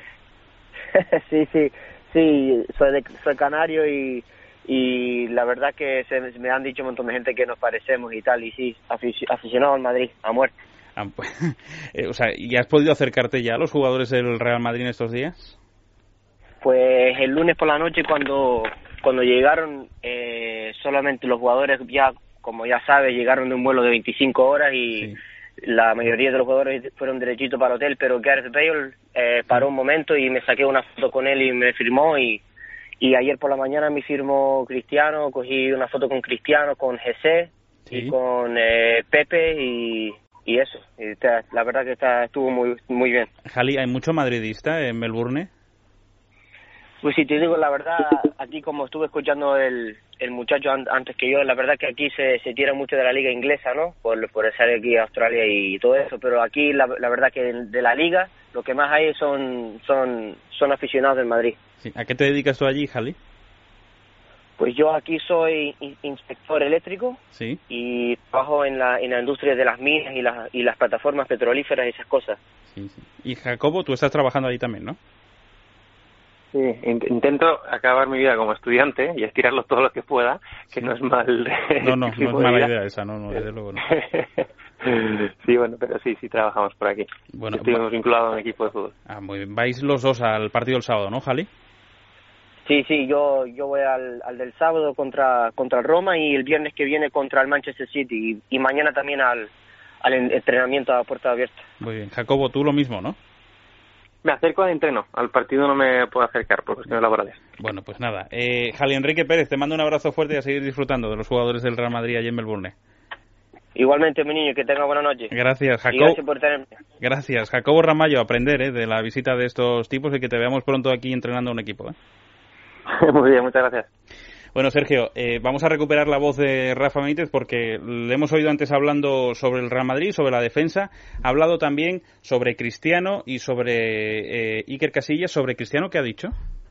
Speaker 12: sí, sí, sí, soy, de, soy canario y, y la verdad que se, me han dicho un montón de gente que nos parecemos y tal, y sí, aficionado al Madrid, a muerte.
Speaker 5: Ah, pues, eh, o sea, ¿y has podido acercarte ya a los jugadores del Real Madrid en estos días?
Speaker 12: Pues el lunes por la noche cuando cuando llegaron eh, solamente los jugadores ya, como ya sabes, llegaron de un vuelo de veinticinco horas y sí. La mayoría de los jugadores fueron derechito para el hotel, pero Gareth Bale eh, paró un momento y me saqué una foto con él y me firmó y, y ayer por la mañana me firmó Cristiano, cogí una foto con Cristiano, con José sí. y con eh, Pepe y... y eso, y está, la verdad que está, estuvo muy muy bien.
Speaker 5: Jali, ¿hay mucho madridista en Melbourne?
Speaker 12: Pues si te digo la verdad, aquí como estuve escuchando el, el muchacho an, antes que yo, la verdad que aquí se, se tira mucho de la liga inglesa, ¿no? Por, por estar aquí Australia y todo eso, pero aquí la, la verdad que de la liga lo que más hay son son son aficionados del Madrid.
Speaker 5: Sí. ¿A qué te dedicas tú allí, Jali?
Speaker 12: Pues yo aquí soy inspector eléctrico
Speaker 5: ¿sí?
Speaker 12: y trabajo en la en la industria de las minas y las y las plataformas petrolíferas y esas cosas.
Speaker 5: Sí, sí. Y Jacobo, tú estás trabajando ahí también, ¿no?
Speaker 11: Sí, intento acabar mi vida como estudiante y estirarlo todo lo que pueda, que sí. no es mal.
Speaker 5: No, no, no es mala idea esa, no, no, desde luego no.
Speaker 11: Sí, bueno, pero sí, sí trabajamos por aquí.
Speaker 5: Bueno,
Speaker 11: estuvimos vinculados a un equipo de fútbol.
Speaker 5: Ah, muy bien. Vais los dos al partido del sábado, ¿no, Jali?
Speaker 12: Sí, sí, yo yo voy al, al del sábado contra contra el Roma y el viernes que viene contra el Manchester City y, y mañana también al, al entrenamiento a puerta abierta.
Speaker 5: Muy bien. Jacobo, tú lo mismo, ¿no?
Speaker 11: Me acerco al entreno, al partido no me puedo acercar por cuestiones laborales.
Speaker 5: Bueno, pues nada. Eh, Jali Enrique Pérez, te mando un abrazo fuerte y a seguir disfrutando de los jugadores del Real Madrid allí en Melbourne.
Speaker 12: Igualmente, mi niño, que tenga buena noche.
Speaker 5: Gracias, Jacobo.
Speaker 12: Y gracias por tenerme.
Speaker 5: Gracias, Jacobo Ramallo, aprender eh, de la visita de estos tipos y que te veamos pronto aquí entrenando a un equipo. ¿eh?
Speaker 11: Muy bien, muchas gracias.
Speaker 5: Bueno, Sergio, eh, vamos a recuperar la voz de Rafa Benítez porque le hemos oído antes hablando sobre el Real Madrid, sobre la defensa. Ha hablado también sobre Cristiano y sobre eh, Iker Casillas. ¿Sobre Cristiano qué ha dicho?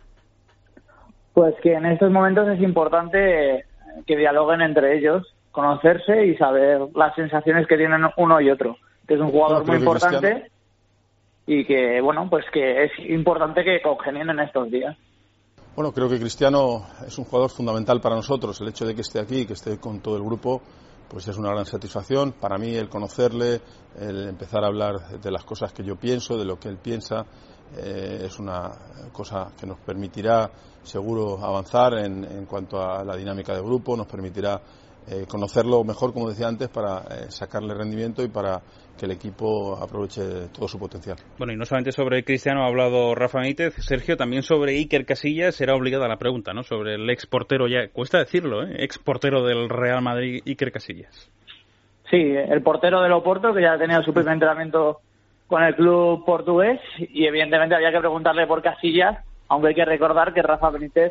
Speaker 9: Pues que en estos momentos es importante que dialoguen entre ellos, conocerse y saber las sensaciones que tienen uno y otro. Que es un jugador muy importante Cristiano... y que, bueno, pues que es importante que congenien en estos días.
Speaker 6: Bueno, creo que Cristiano es un jugador fundamental para nosotros. El hecho de que esté aquí, que esté con todo el grupo, pues es una gran satisfacción. Para mí el conocerle, el empezar a hablar de las cosas que yo pienso, de lo que él piensa, eh, es una cosa que nos permitirá seguro avanzar en, en cuanto a la dinámica de grupo, nos permitirá eh, conocerlo mejor, como decía antes, para eh, sacarle rendimiento y para que el equipo aproveche todo su potencial.
Speaker 5: Bueno, y no solamente sobre Cristiano ha hablado Rafa Benítez, Sergio, también sobre Iker Casillas será obligada la pregunta, ¿no? Sobre el ex portero, ya cuesta decirlo, ¿eh? Ex portero del Real Madrid, Iker Casillas.
Speaker 9: Sí, el portero del Oporto, que ya tenía su primer entrenamiento con el club portugués, y evidentemente había que preguntarle por Casillas, aunque hay que recordar que Rafa Benítez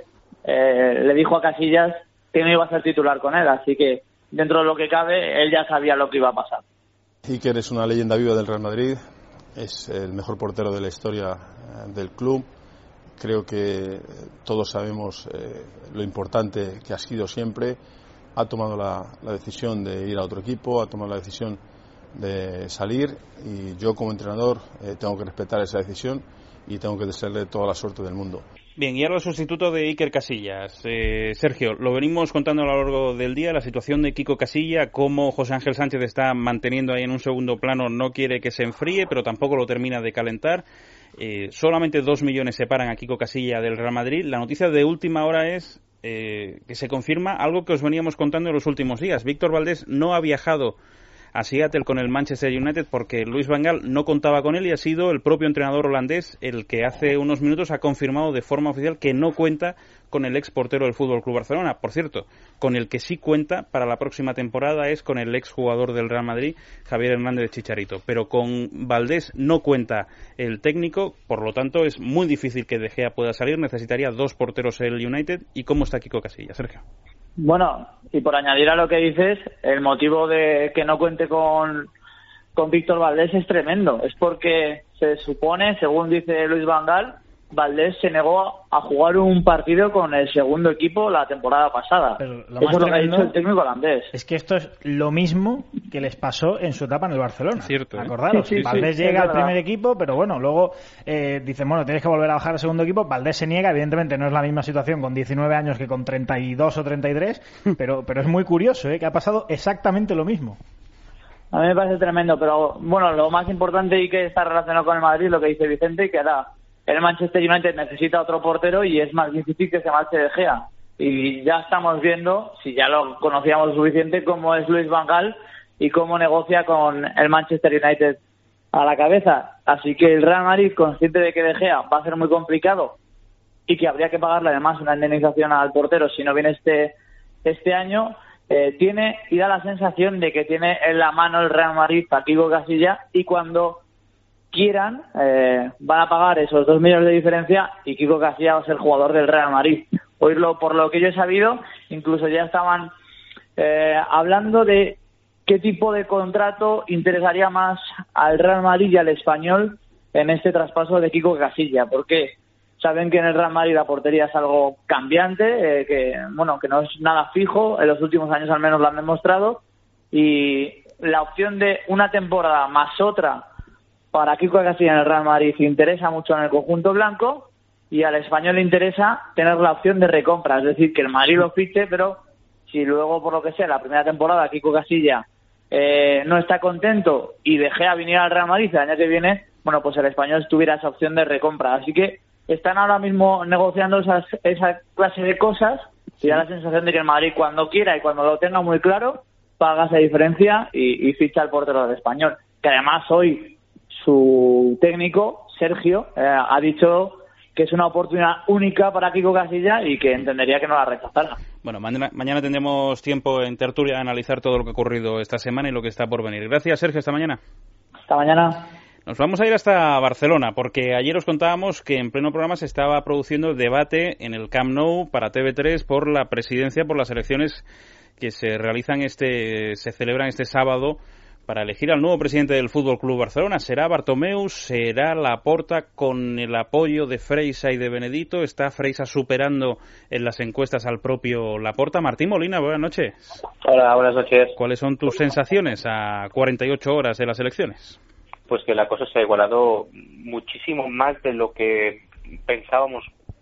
Speaker 9: eh, le dijo a Casillas que no iba a ser titular con él, así que dentro de lo que cabe, él ya sabía lo que iba a pasar.
Speaker 6: Iker es una leyenda viva del Real Madrid, es el mejor portero de la historia del club. Creo que todos sabemos eh, lo importante que ha sido siempre. Ha tomado la, la decisión de ir a otro equipo, ha tomado la decisión de salir, y yo como entrenador eh, tengo que respetar esa decisión y tengo que desearle toda la suerte del mundo.
Speaker 5: Bien, y ahora el sustituto de Iker Casillas. Eh, Sergio, lo venimos contando a lo largo del día, la situación de Quico Casilla, cómo José Ángel Sánchez está manteniendo ahí en un segundo plano, no quiere que se enfríe, pero tampoco lo termina de calentar. Eh, solamente dos millones separan a Quico Casilla del Real Madrid. La noticia de última hora es eh, que se confirma algo que os veníamos contando en los últimos días. Víctor Valdés no ha viajado a Seattle con el Manchester United porque Luis Van Gaal no contaba con él, y ha sido el propio entrenador holandés el que hace unos minutos ha confirmado de forma oficial que no cuenta con el ex portero del F C Barcelona. Por cierto, con el que sí cuenta para la próxima temporada es con el ex jugador del Real Madrid, Javier Hernández Chicharito, pero con Valdés no cuenta el técnico, por lo tanto es muy difícil que De Gea pueda salir, necesitaría dos porteros el United. ¿Y cómo está Quico Casillas, Sergio?
Speaker 9: Bueno, y por añadir a lo que dices, el motivo de que no cuente con, con Víctor Valdés es tremendo. Es porque se supone, según dice Luis Van Gaal, Valdés se negó a jugar un partido con el segundo equipo la temporada pasada.
Speaker 8: Pero lo
Speaker 9: Eso
Speaker 8: más
Speaker 9: es lo que ha
Speaker 8: tremendo
Speaker 9: dicho el técnico holandés.
Speaker 8: Es que esto es lo mismo que les pasó en su etapa en el Barcelona.
Speaker 5: Cierto, ¿eh?
Speaker 8: Acordaros,
Speaker 9: Sí, sí,
Speaker 8: Valdés
Speaker 9: sí,
Speaker 8: llega
Speaker 9: es
Speaker 8: al
Speaker 9: verdad.
Speaker 8: primer equipo, pero bueno, luego eh, dicen, bueno, tienes que volver a bajar al segundo equipo. Valdés se niega, evidentemente no es la misma situación con diecinueve años que con treinta y dos o treinta y tres, pero, pero es muy curioso, ¿eh? Que ha pasado exactamente lo mismo.
Speaker 9: A mí me parece tremendo, pero bueno, lo más importante y que está relacionado con el Madrid, lo que dice Vicente, que ahora el Manchester United necesita otro portero y es más difícil que se marche De Gea. Y ya estamos viendo, si ya lo conocíamos lo suficiente, cómo es Luis Van Gaal y cómo negocia con el Manchester United a la cabeza. Así que el Real Madrid, consciente de que De Gea va a ser muy complicado y que habría que pagarle además una indemnización al portero si no viene este, este año, eh, tiene y da la sensación de que tiene en la mano el Real Madrid a Quico Casillas, y cuando quieran, eh, van a pagar esos dos millones de diferencia y Quico Casillas va a ser jugador del Real Madrid. Oírlo, por lo que yo he sabido, incluso ya estaban eh, hablando de qué tipo de contrato interesaría más al Real Madrid y al Español en este traspaso de Quico Casillas, porque saben que en el Real Madrid la portería es algo cambiante, eh, que bueno, que no es nada fijo, en los últimos años al menos lo han demostrado, y la opción de una temporada más otra para Quico Casillas en el Real Madrid interesa mucho en el conjunto blanco, y al Español le interesa tener la opción de recompra, es decir, que el Madrid lo fiche, pero si luego, por lo que sea, la primera temporada Quico Casillas eh, no está contento y De Gea viniera al Real Madrid el año que viene, bueno, pues el Español tuviera esa opción de recompra. Así que están ahora mismo negociando esas, esa clase de cosas, y da la sensación de que el Madrid, cuando quiera y cuando lo tenga muy claro, paga esa diferencia y, y ficha al portero del Español, que además hoy su técnico, Sergio, eh, ha dicho que es una oportunidad única para Quico Casillas y que entendería que no la rechazara.
Speaker 5: Bueno, mañana, mañana tendremos tiempo en tertulia de analizar todo lo que ha ocurrido esta semana y lo que está por venir. Gracias, Sergio, hasta mañana.
Speaker 9: Hasta mañana.
Speaker 5: Nos vamos a ir hasta Barcelona, porque ayer os contábamos que en pleno programa se estaba produciendo el debate en el Camp Nou para T V tres por la presidencia, por las elecciones que se realizan este, se celebran este sábado para elegir al nuevo presidente del F C Barcelona. ¿Será Bartomeu? ¿Será Laporta con el apoyo de Freisa y de Benedito? ¿Está Freisa superando en las encuestas al propio Laporta? Martín Molina, buenas noches.
Speaker 13: Hola, buenas noches.
Speaker 5: ¿Cuáles son tus sensaciones a cuarenta y ocho horas de las elecciones?
Speaker 13: Pues que la cosa se ha igualado muchísimo más de lo que pensábamos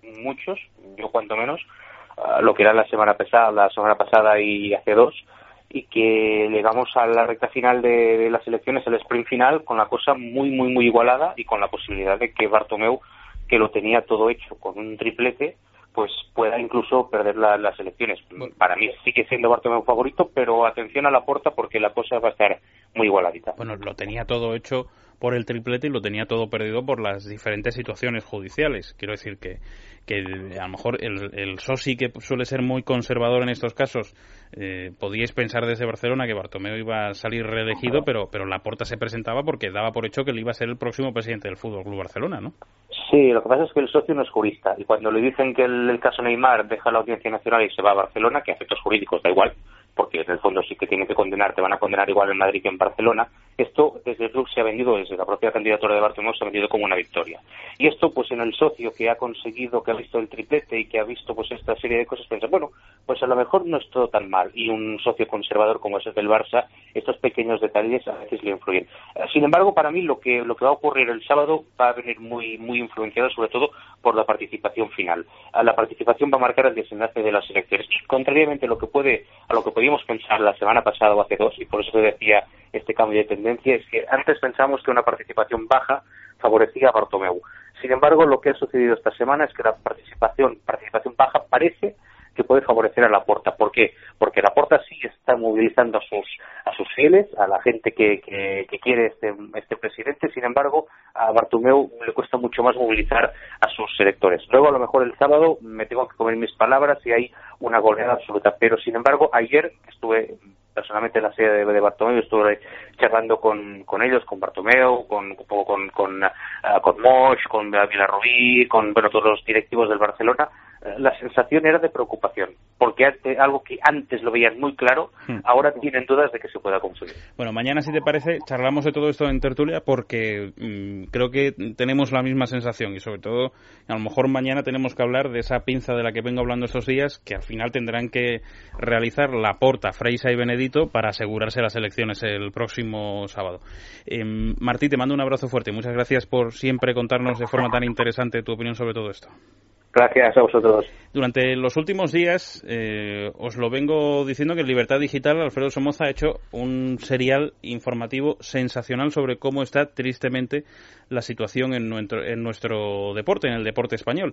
Speaker 13: muchos, yo cuanto menos, uh, lo que era la semana pasada, la semana pasada y hace dos, y que llegamos a la recta final de, de las elecciones, el sprint final, con la cosa muy, muy, muy igualada y con la posibilidad de que Bartomeu, que lo tenía todo hecho con un triplete, pues pueda incluso perder la, las elecciones. Bueno. Para mí sigue siendo Bartomeu favorito, pero atención a Laporta porque la cosa va a estar muy igualadita.
Speaker 5: Bueno, lo tenía todo hecho por el triplete y lo tenía todo perdido por las diferentes situaciones judiciales. Quiero decir que, que a lo mejor el, el soci, que suele ser muy conservador en estos casos, eh, podíais pensar desde Barcelona que Bartomeu iba a salir reelegido, pero, pero Laporta se presentaba porque daba por hecho que él iba a ser el próximo presidente del Fútbol Club Barcelona, ¿no?
Speaker 13: Sí, lo que pasa es que el socio no es jurista, y cuando le dicen que el, el caso Neymar deja la Audiencia Nacional y se va a Barcelona, que a efectos jurídicos da igual, porque en el fondo sí que tienen que condenar, te van a condenar igual en Madrid que en Barcelona, esto desde el club se ha vendido, desde la propia candidatura de Bartomeu se ha vendido como una victoria. Y esto pues en el socio que ha conseguido, que ha visto el triplete y que ha visto pues esta serie de cosas, piensa, bueno, pues a lo mejor no es todo tan mal, y un socio conservador como es el del Barça, estos pequeños detalles a veces le influyen. Sin embargo, para mí lo que lo que va a ocurrir el sábado va a venir muy muy influenciado sobre todo por la participación final. La participación va a marcar el desenlace de las elecciones. Contrariamente a lo que puede a lo que podíamos pensar la semana pasada o hace dos, y por eso te decía este cambio de tendencia, es que antes pensábamos que una participación baja favorecía a Bartomeu. Sin embargo, lo que ha sucedido esta semana es que la participación participación baja parece que puede favorecer a Laporta. ¿Por qué? Porque Laporta sí está movilizando a sus a sus fieles, a la gente que, que, que quiere este, este presidente. Sin embargo, a Bartomeu le cuesta mucho más movilizar a sus electores. Luego, a lo mejor el sábado me tengo que comer mis palabras y hay una goleada absoluta. Pero, sin embargo, ayer estuve personalmente en la sede de, de Bartomeu, estuve charlando con, con ellos, con Bartomeu, con un poco con con, uh, con Moix, con Villarrubí, con bueno todos los directivos del Barcelona. La sensación era de preocupación, porque algo que antes lo veían muy claro, ahora tienen dudas de que se pueda conseguir.
Speaker 5: Bueno, mañana, si te parece, charlamos de todo esto en tertulia, porque mmm, creo que tenemos la misma sensación, y sobre todo, a lo mejor mañana tenemos que hablar de esa pinza de la que vengo hablando estos días, que al final tendrán que realizar Laporta, Freixa y Benedito para asegurarse las elecciones el próximo sábado. Eh, Martí, te mando un abrazo fuerte y muchas gracias por siempre contarnos de forma tan interesante tu opinión sobre todo esto.
Speaker 13: Gracias a vosotros.
Speaker 5: Durante los últimos días, eh, os lo vengo diciendo que en Libertad Digital Alfredo Somoza ha hecho un serial informativo sensacional sobre cómo está tristemente la situación en nuestro, en nuestro deporte, en el deporte español.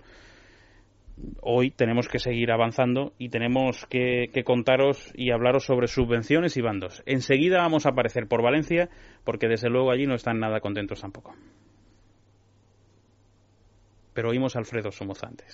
Speaker 5: Hoy tenemos que seguir avanzando y tenemos que, que contaros y hablaros sobre subvenciones y bandos. Enseguida vamos a aparecer por Valencia, porque desde luego allí no están nada contentos tampoco. Pero oímos a Alfredo Somoza antes.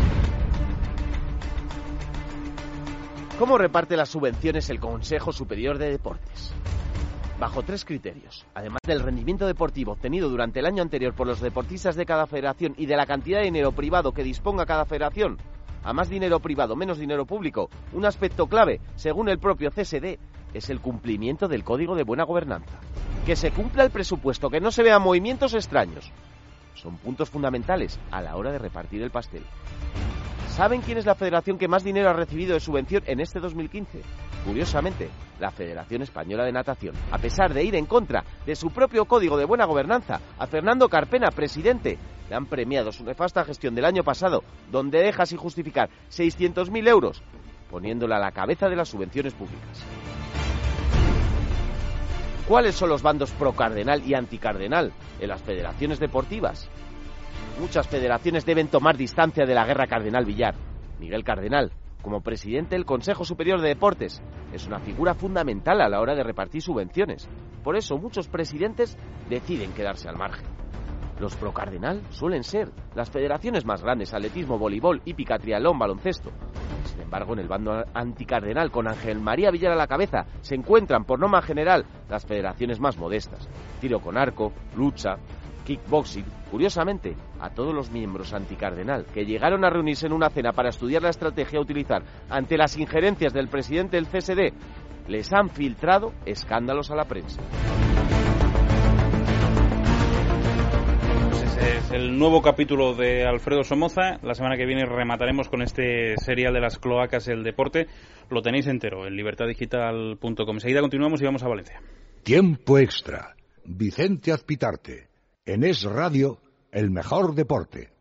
Speaker 14: ¿Cómo reparte las subvenciones el Consejo Superior de Deportes? Bajo tres criterios, además del rendimiento deportivo obtenido durante el año anterior por los deportistas de cada federación y de la cantidad de dinero privado que disponga cada federación, a más dinero privado, menos dinero público, un aspecto clave, según el propio C S D, es el cumplimiento del Código de Buena Gobernanza. Que se cumpla el presupuesto, que no se vean movimientos extraños. Son puntos fundamentales a la hora de repartir el pastel. ¿Saben quién es la federación que más dinero ha recibido de subvención en este dos mil quince? Curiosamente, la Federación Española de Natación, a pesar de ir en contra de su propio Código de Buena Gobernanza. A Fernando Carpena, presidente, le han premiado su nefasta gestión del año pasado, donde deja sin justificar seiscientos mil euros, poniéndola a la cabeza de las subvenciones públicas. ¿Cuáles son los bandos pro-cardenal y anticardenal en las federaciones deportivas? Muchas federaciones deben tomar distancia de la guerra Cardenal-Villar. Miguel Cardenal, como presidente del Consejo Superior de Deportes, es una figura fundamental a la hora de repartir subvenciones. Por eso muchos presidentes deciden quedarse al margen. Los pro-cardenal suelen ser las federaciones más grandes, atletismo, voleibol, hípica, triatlón, baloncesto. Sin embargo, en el bando anticardenal, con Ángel María Villar a la cabeza, se encuentran, por norma general, las federaciones más modestas. Tiro con arco, lucha, kickboxing. Curiosamente, a todos los miembros anticardenal que llegaron a reunirse en una cena para estudiar la estrategia a utilizar ante las injerencias del presidente del C S D, les han filtrado escándalos a la prensa.
Speaker 5: Es el nuevo capítulo de Alfredo Somoza. La semana que viene remataremos con este serial de las cloacas del deporte. Lo tenéis entero en libertad digital punto com. Enseguida continuamos y vamos a Valencia.
Speaker 1: Tiempo extra. Vicente Azpitarte. En Es Radio, el mejor deporte.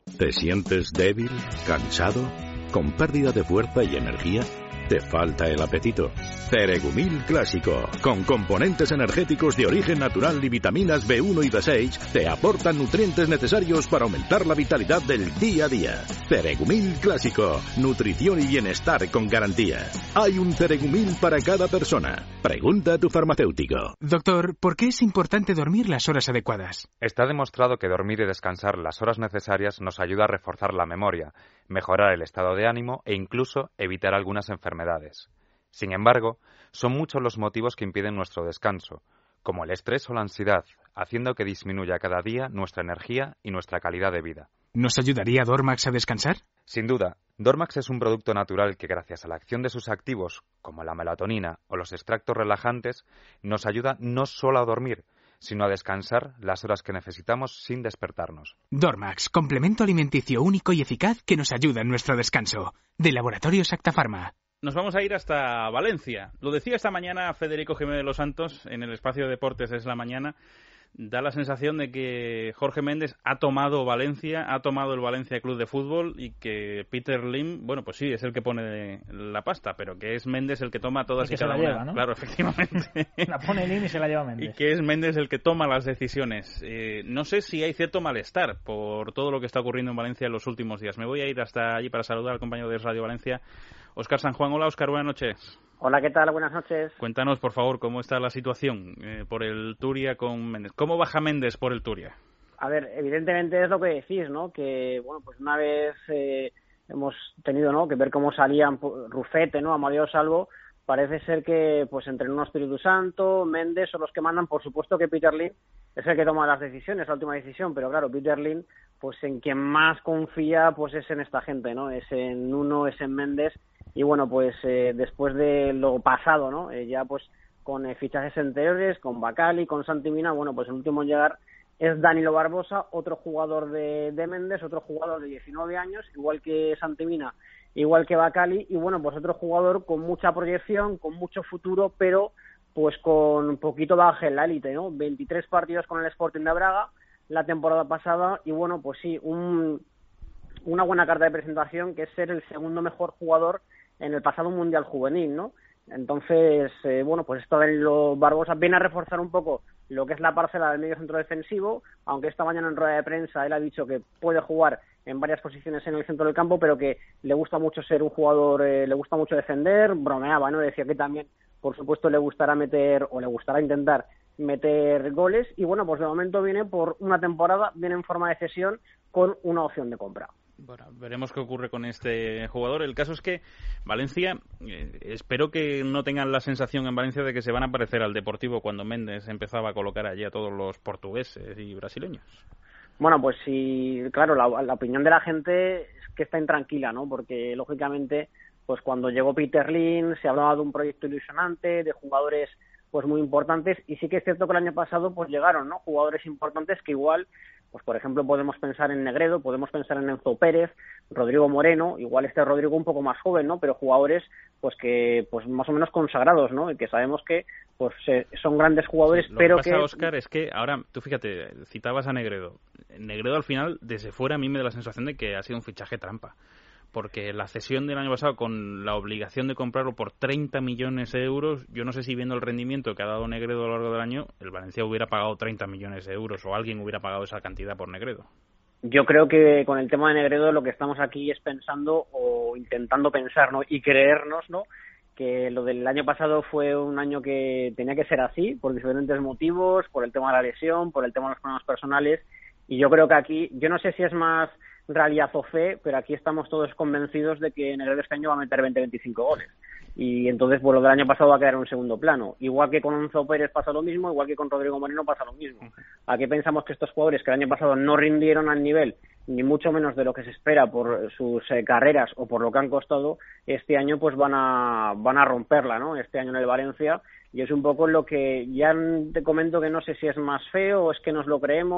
Speaker 15: ¿Te sientes débil, cansado, con pérdida de fuerza y energía? ¿Te falta el apetito? Ceregumil Clásico, con componentes energéticos de origen natural y vitaminas B uno y B seis, te aportan nutrientes necesarios para aumentar la vitalidad del día a día. Ceregumil Clásico, nutrición y bienestar con garantía. Hay un Ceregumil para cada persona. Pregunta a tu farmacéutico.
Speaker 16: Doctor, ¿por qué es importante dormir las horas adecuadas?
Speaker 17: Está demostrado que dormir y descansar las horas necesarias nos ayuda a reforzar la memoria, mejorar el estado de ánimo e incluso evitar algunas enfermedades. Sin embargo, son muchos los motivos que impiden nuestro descanso, como el estrés o la ansiedad, haciendo que disminuya cada día nuestra energía y nuestra calidad de vida.
Speaker 16: ¿Nos ayudaría Dormax a descansar?
Speaker 17: Sin duda, Dormax es un producto natural que, gracias a la acción de sus activos, como la melatonina o los extractos relajantes, nos ayuda no solo a dormir, sino a descansar las horas que necesitamos sin despertarnos.
Speaker 16: Dormax, complemento alimenticio único y eficaz que nos ayuda en nuestro descanso. De Laboratorios Acta Pharma.
Speaker 5: Nos vamos a ir hasta Valencia. Lo decía esta mañana Federico Jiménez de los Santos en el espacio de Deportes Es la Mañana. Da la sensación de que Jorge Méndez ha tomado Valencia, ha tomado el Valencia Club de Fútbol y que Peter Lim, bueno, pues sí, es el que pone la pasta, pero que es Méndez el que toma todas y, y cada una. Lleva, ¿no? Claro, efectivamente.
Speaker 8: La pone Lim y se la lleva Méndez.
Speaker 5: Y que es Méndez el que toma las decisiones. Eh, no sé si hay cierto malestar por todo lo que está ocurriendo en Valencia en los últimos días. Me voy a ir hasta allí para saludar al compañero de Radio Valencia, Óscar San Juan. Hola, Óscar, buenas noches.
Speaker 18: Hola, ¿qué tal? Buenas noches.
Speaker 5: Cuéntanos, por favor, cómo está la situación eh, por el Turia con Méndez. ¿Cómo baja Méndez por el Turia?
Speaker 18: A ver, evidentemente es lo que decís, ¿no? Que, bueno, pues una vez eh, hemos tenido, ¿no?, que ver cómo salían Rufete, ¿no?, Amadeo Salvo, parece ser que, pues, entre uno Espíritu Santo, Méndez son los que mandan. Por supuesto que Peter Lim es el que toma las decisiones, la última decisión, pero claro, Peter Lim, pues en quien más confía, pues es en esta gente, ¿no? Es en uno, es en Méndez. Y bueno, pues eh, después de lo pasado, ¿no? Eh, ya pues con eh, fichajes anteriores, con Bacali, con Santi Mina, bueno, pues el último en llegar es Danilo Barbosa, otro jugador de, de Méndez, otro jugador de diecinueve años, igual que Santi Mina, igual que Bacali, y bueno, pues otro jugador con mucha proyección, con mucho futuro, pero pues con poquito bagaje en la élite, ¿no? veintitrés partidos con el Sporting de Braga la temporada pasada, y bueno, pues sí, un, una buena carta de presentación, que es ser el segundo mejor jugador en el pasado Mundial Juvenil, ¿no? Entonces, eh, bueno, pues esto de los Barbosa viene a reforzar un poco lo que es la parcela del medio centro defensivo, aunque esta mañana en rueda de prensa él ha dicho que puede jugar en varias posiciones en el centro del campo, pero que le gusta mucho ser un jugador, eh, le gusta mucho defender, bromeaba, ¿no? Decía que también, por supuesto, le gustará meter, o le gustará intentar meter goles, y bueno, pues de momento viene por una temporada, viene en forma de cesión con una opción de compra.
Speaker 5: Bueno, veremos qué ocurre con este jugador. El caso es que Valencia, eh, espero que no tengan la sensación en Valencia de que se van a parecer al Deportivo cuando Méndez empezaba a colocar allí a todos los portugueses y brasileños.
Speaker 18: Bueno, pues sí, claro, la, la opinión de la gente es que está intranquila, ¿no? Porque lógicamente, pues cuando llegó Peter Lim se hablaba de un proyecto ilusionante, de jugadores pues muy importantes, y sí que es cierto que el año pasado pues llegaron, ¿no?, jugadores importantes que igual, pues por ejemplo podemos pensar en Negredo, podemos pensar en Enzo Pérez, Rodrigo Moreno, igual este Rodrigo un poco más joven, ¿no?, pero jugadores pues que pues más o menos consagrados, ¿no?, y que sabemos que pues eh, son grandes jugadores,
Speaker 5: sí, lo
Speaker 18: pero
Speaker 5: que pasa,
Speaker 18: que
Speaker 5: Óscar, es que ahora, tú fíjate, citabas a Negredo. Negredo al final, desde fuera a mí me da la sensación de que ha sido un fichaje trampa, porque la cesión del año pasado con la obligación de comprarlo por treinta millones de euros, yo no sé si viendo el rendimiento que ha dado Negredo a lo largo del año, el Valencia hubiera pagado treinta millones de euros o alguien hubiera pagado esa cantidad por Negredo.
Speaker 18: Yo creo que con el tema de Negredo lo que estamos aquí es pensando o intentando pensar, ¿no?, y creernos, ¿no?, que lo del año pasado fue un año que tenía que ser así por diferentes motivos, por el tema de la lesión, por el tema de los problemas personales, y yo creo que aquí, yo no sé si es más realidad o fe, pero aquí estamos todos convencidos de que Negredo este año va a meter veinte veinticinco goles. Y entonces, pues lo del año pasado va a quedar en un segundo plano. Igual que con Enzo Pérez pasa lo mismo, igual que con Rodrigo Moreno pasa lo mismo. Aquí pensamos que estos jugadores que el año pasado no rindieron al nivel, ni mucho menos de lo que se espera por sus eh, carreras o por lo que han costado, este año pues van a van a romperla, ¿no?, este año en el Valencia. Y es un poco lo que ya te comento, que no sé si es más feo o es que nos lo creemos,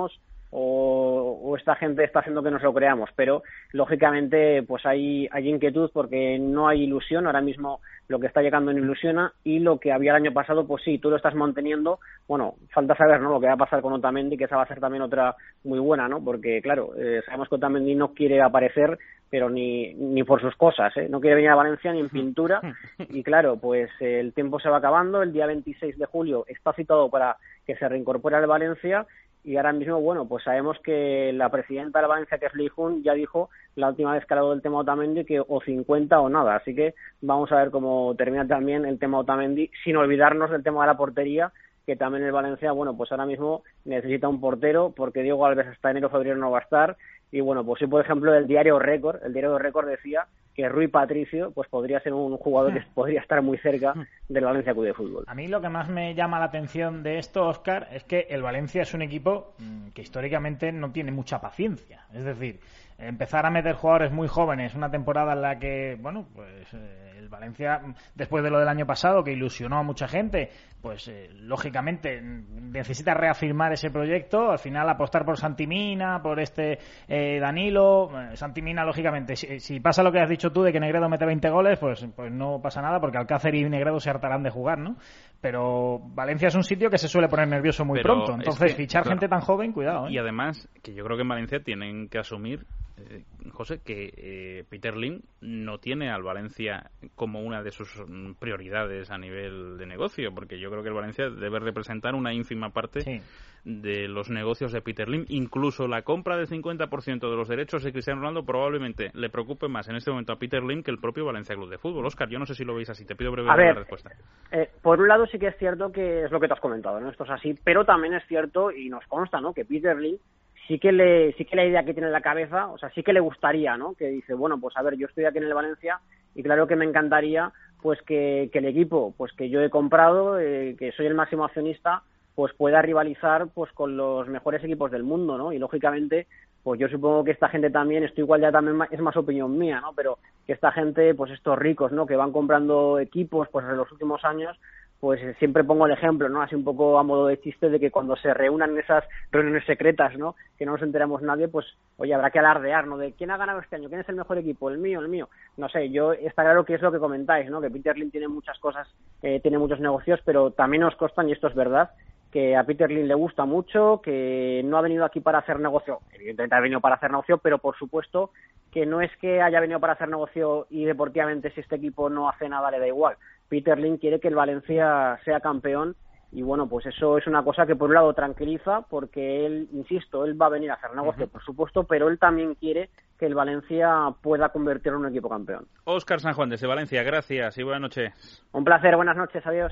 Speaker 18: o, o esta gente está haciendo que nos lo creamos, pero lógicamente pues hay, hay inquietud porque no hay ilusión. Ahora mismo lo que está llegando no ilusiona, y lo que había el año pasado, pues sí, tú lo estás manteniendo. Bueno, falta saber, ¿no?, lo que va a pasar con Otamendi, que esa va a ser también otra muy buena, ¿no?, porque claro, eh, sabemos que Otamendi no quiere aparecer, pero ni ni por sus cosas, ¿eh? No quiere venir a Valencia ni en pintura, y claro, pues eh, el tiempo se va acabando. El día veintiséis de julio está citado para que se reincorpore al Valencia, y ahora mismo, bueno, pues sabemos que la presidenta de Valencia, que es Lee Jun, ya dijo la última vez que habló del tema Otamendi que o cincuenta o nada, así que vamos a ver cómo termina también el tema Otamendi, sin olvidarnos del tema de la portería, que también el Valencia, bueno, pues ahora mismo necesita un portero, porque Diego Alves hasta enero o febrero no va a estar. Y bueno, pues sí, por ejemplo, el diario Récord, el diario Récord decía que Rui Patricio pues podría ser un jugador que podría estar muy cerca del Valencia Club de Fútbol.
Speaker 8: A mí lo que más me llama la atención de esto, Óscar, es que el Valencia es un equipo que históricamente no tiene mucha paciencia. Es decir, empezar a meter jugadores muy jóvenes, una temporada en la que, bueno, pues eh, el Valencia, después de lo del año pasado, que ilusionó a mucha gente, pues eh, lógicamente necesita reafirmar ese proyecto. Al final apostar por Santi Mina, por este eh, Danilo. eh, Santi Mina, lógicamente, si, si pasa lo que has dicho tú de que Negredo mete veinte goles, pues, pues no pasa nada, porque Alcácer y Negredo se hartarán de jugar, ¿no? Pero Valencia es un sitio que se suele poner nervioso muy
Speaker 5: Pero
Speaker 8: pronto, entonces
Speaker 5: es que,
Speaker 8: fichar
Speaker 5: claro,
Speaker 8: gente tan joven, cuidado, ¿eh?
Speaker 5: Y además, que yo creo que en Valencia tienen que asumir, eh, José, que eh, Peter Lim no tiene al Valencia como una de sus mm, prioridades a nivel de negocio, porque yo creo que el Valencia debe representar una ínfima parte sí. de los negocios de Peter Lim. Incluso la compra del cincuenta por ciento de los derechos de Cristiano Ronaldo probablemente le preocupe más en este momento a Peter Lim que el propio Valencia Club de Fútbol. Óscar, yo no sé si lo veis así, te pido brevemente la respuesta.
Speaker 18: Eh, por un lado sí que es cierto que es lo que te has comentado, ¿no? Esto es así, pero también es cierto, y nos consta, ¿no?, que Peter Lim sí que le sí que la idea que tiene en la cabeza, o sea, sí que le gustaría, ¿no?, que dice, bueno, pues a ver, yo estoy aquí en el Valencia y claro que me encantaría pues que, que el equipo pues que yo he comprado, eh, que soy el máximo accionista, pues pueda rivalizar pues con los mejores equipos del mundo, ¿no? Y lógicamente pues yo supongo que esta gente también, esto igual ya también es más opinión mía, ¿no?, pero que esta gente, pues estos ricos, ¿no?, que van comprando equipos pues en los últimos años, pues siempre pongo el ejemplo, ¿no?, así un poco a modo de chiste, de que cuando se reúnan en esas reuniones secretas, ¿no?, que no nos enteramos nadie, pues oye, habrá que alardear, ¿no?, de quién ha ganado este año, quién es el mejor equipo, el mío, el mío, no sé, yo está claro que es lo que comentáis, ¿no?, que Peter Lim tiene muchas cosas, eh, tiene muchos negocios, pero también nos constan, y esto es verdad, que a Peter Lim le gusta mucho, que no ha venido aquí para hacer negocio, evidentemente ha venido para hacer negocio, pero por supuesto que no es que haya venido para hacer negocio y deportivamente si este equipo no hace nada le da igual. Peter Lim quiere que el Valencia sea campeón y bueno, pues eso es una cosa que por un lado tranquiliza, porque él, insisto, él va a venir a hacer negocio, uh-huh. por supuesto, pero él también quiere que el Valencia pueda convertirlo en un equipo campeón.
Speaker 5: Óscar San Juan desde Valencia, gracias y buenas noches.
Speaker 18: Un placer, buenas noches, adiós.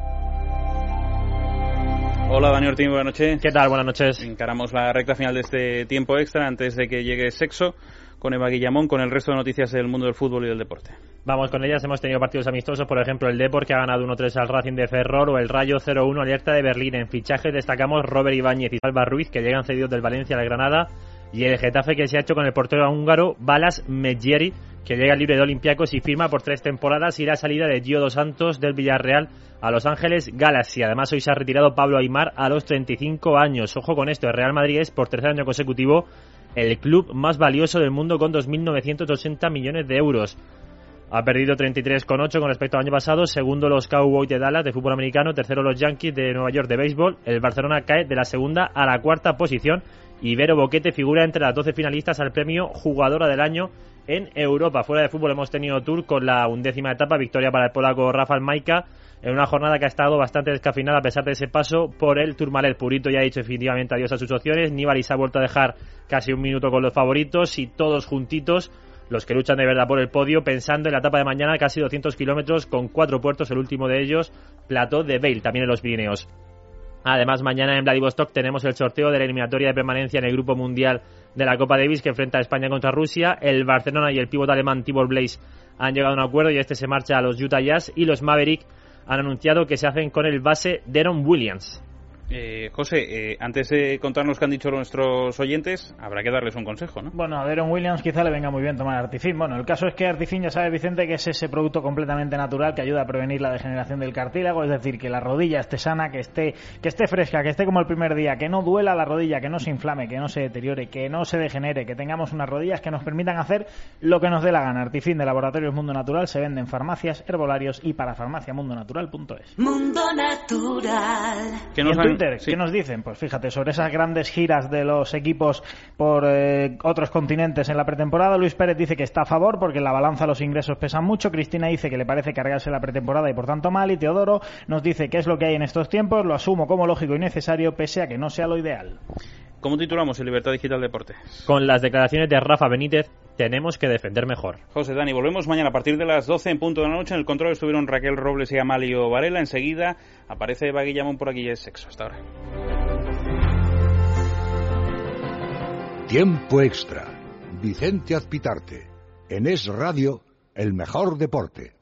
Speaker 5: Hola Dani Ortín, buenas noches.
Speaker 19: ¿Qué tal? Buenas noches.
Speaker 5: Encaramos la recta final de este tiempo extra antes de que llegue Sexo con Eva Guillamón, con el resto de noticias del mundo del fútbol y del deporte.
Speaker 19: Vamos con ellas, hemos tenido partidos amistosos, por ejemplo el Depor que ha ganado uno tres al Racing de Ferrol o el Rayo cero uno al Hertha de Berlín. En fichajes destacamos Robert Ibáñez y Salva Ruiz, que llegan cedidos del Valencia al Granada, y el Getafe que se ha hecho con el portero húngaro Balas Medjeri, que llega libre de Olympiacos y firma por tres temporadas, y la salida de Gio dos Santos del Villarreal a Los Ángeles Galaxy. Además hoy se ha retirado Pablo Aimar a los treinta y cinco años. Ojo con esto, el Real Madrid es por tercer año consecutivo el club más valioso del mundo con dos mil novecientos ochenta millones de euros. Ha perdido treinta y tres coma ocho con respecto al año pasado. Segundo los Cowboys de Dallas de fútbol americano. Tercero los Yankees de Nueva York de béisbol. El Barcelona cae de la segunda a la cuarta posición. Y Vero Boquete figura entre las doce finalistas al premio Jugadora del Año en Europa. Fuera de fútbol hemos tenido tour con la undécima etapa. Victoria para el polaco Rafał Majka en una jornada que ha estado bastante descafeinada a pesar de ese paso por el Tourmalet. Purito ya ha dicho definitivamente adiós a sus opciones. Nibali se ha vuelto a dejar casi un minuto con los favoritos y todos juntitos los que luchan de verdad por el podio, pensando en la etapa de mañana, casi doscientos kilómetros con cuatro puertos, el último de ellos, Plató de Bail, también en los Pirineos. Además, mañana en Vladivostok tenemos el sorteo de la eliminatoria de permanencia en el Grupo Mundial de la Copa Davis, que enfrenta a España contra Rusia. El Barcelona y el pívot alemán Tibor Blaise han llegado a un acuerdo y este se marcha a los Utah Jazz, y los Maverick han anunciado que se hacen con el base Deron Williams.
Speaker 5: Eh, José, eh, antes de contarnos qué han dicho nuestros oyentes, habrá que darles un consejo, ¿no?
Speaker 8: Bueno, a Deron Williams quizá le venga muy bien tomar Artifin. Bueno, el caso es que Artifin, ya sabes, Vicente, que es ese producto completamente natural que ayuda a prevenir la degeneración del cartílago, es decir, que la rodilla esté sana, que esté, que esté fresca, que esté como el primer día, que no duela la rodilla, que no se inflame, que no se deteriore, que no se degenere, que tengamos unas rodillas que nos permitan hacer lo que nos dé la gana. Artifin de Laboratorios Mundo Natural se vende en farmacias, herbolarios y para farmacia mundo natural punto es.
Speaker 20: Mundo Natural.
Speaker 8: ¿Qué nos, han... Twitter, sí. ¿Qué nos dicen? Pues fíjate, sobre esas grandes giras de los equipos por eh, otros continentes en la pretemporada, Luis Pérez dice que está a favor porque en la balanza los ingresos pesan mucho. Cristina dice que le parece cargarse la pretemporada y por tanto mal. Y Teodoro nos dice que es lo que hay en estos tiempos, lo asumo como lógico y necesario pese a que no sea lo ideal.
Speaker 5: ¿Cómo titulamos el Libertad Digital Deporte?
Speaker 19: Con las declaraciones de Rafa Benítez, tenemos que defender mejor.
Speaker 5: José, Dani, volvemos mañana a partir de las doce en punto de la noche. En el control estuvieron Raquel Robles y Amalio Varela. Enseguida aparece Eva Guillamón por aquí y es sexo. Hasta ahora.
Speaker 1: Tiempo extra. Vicente Azpitarte. En Es Radio, el mejor deporte.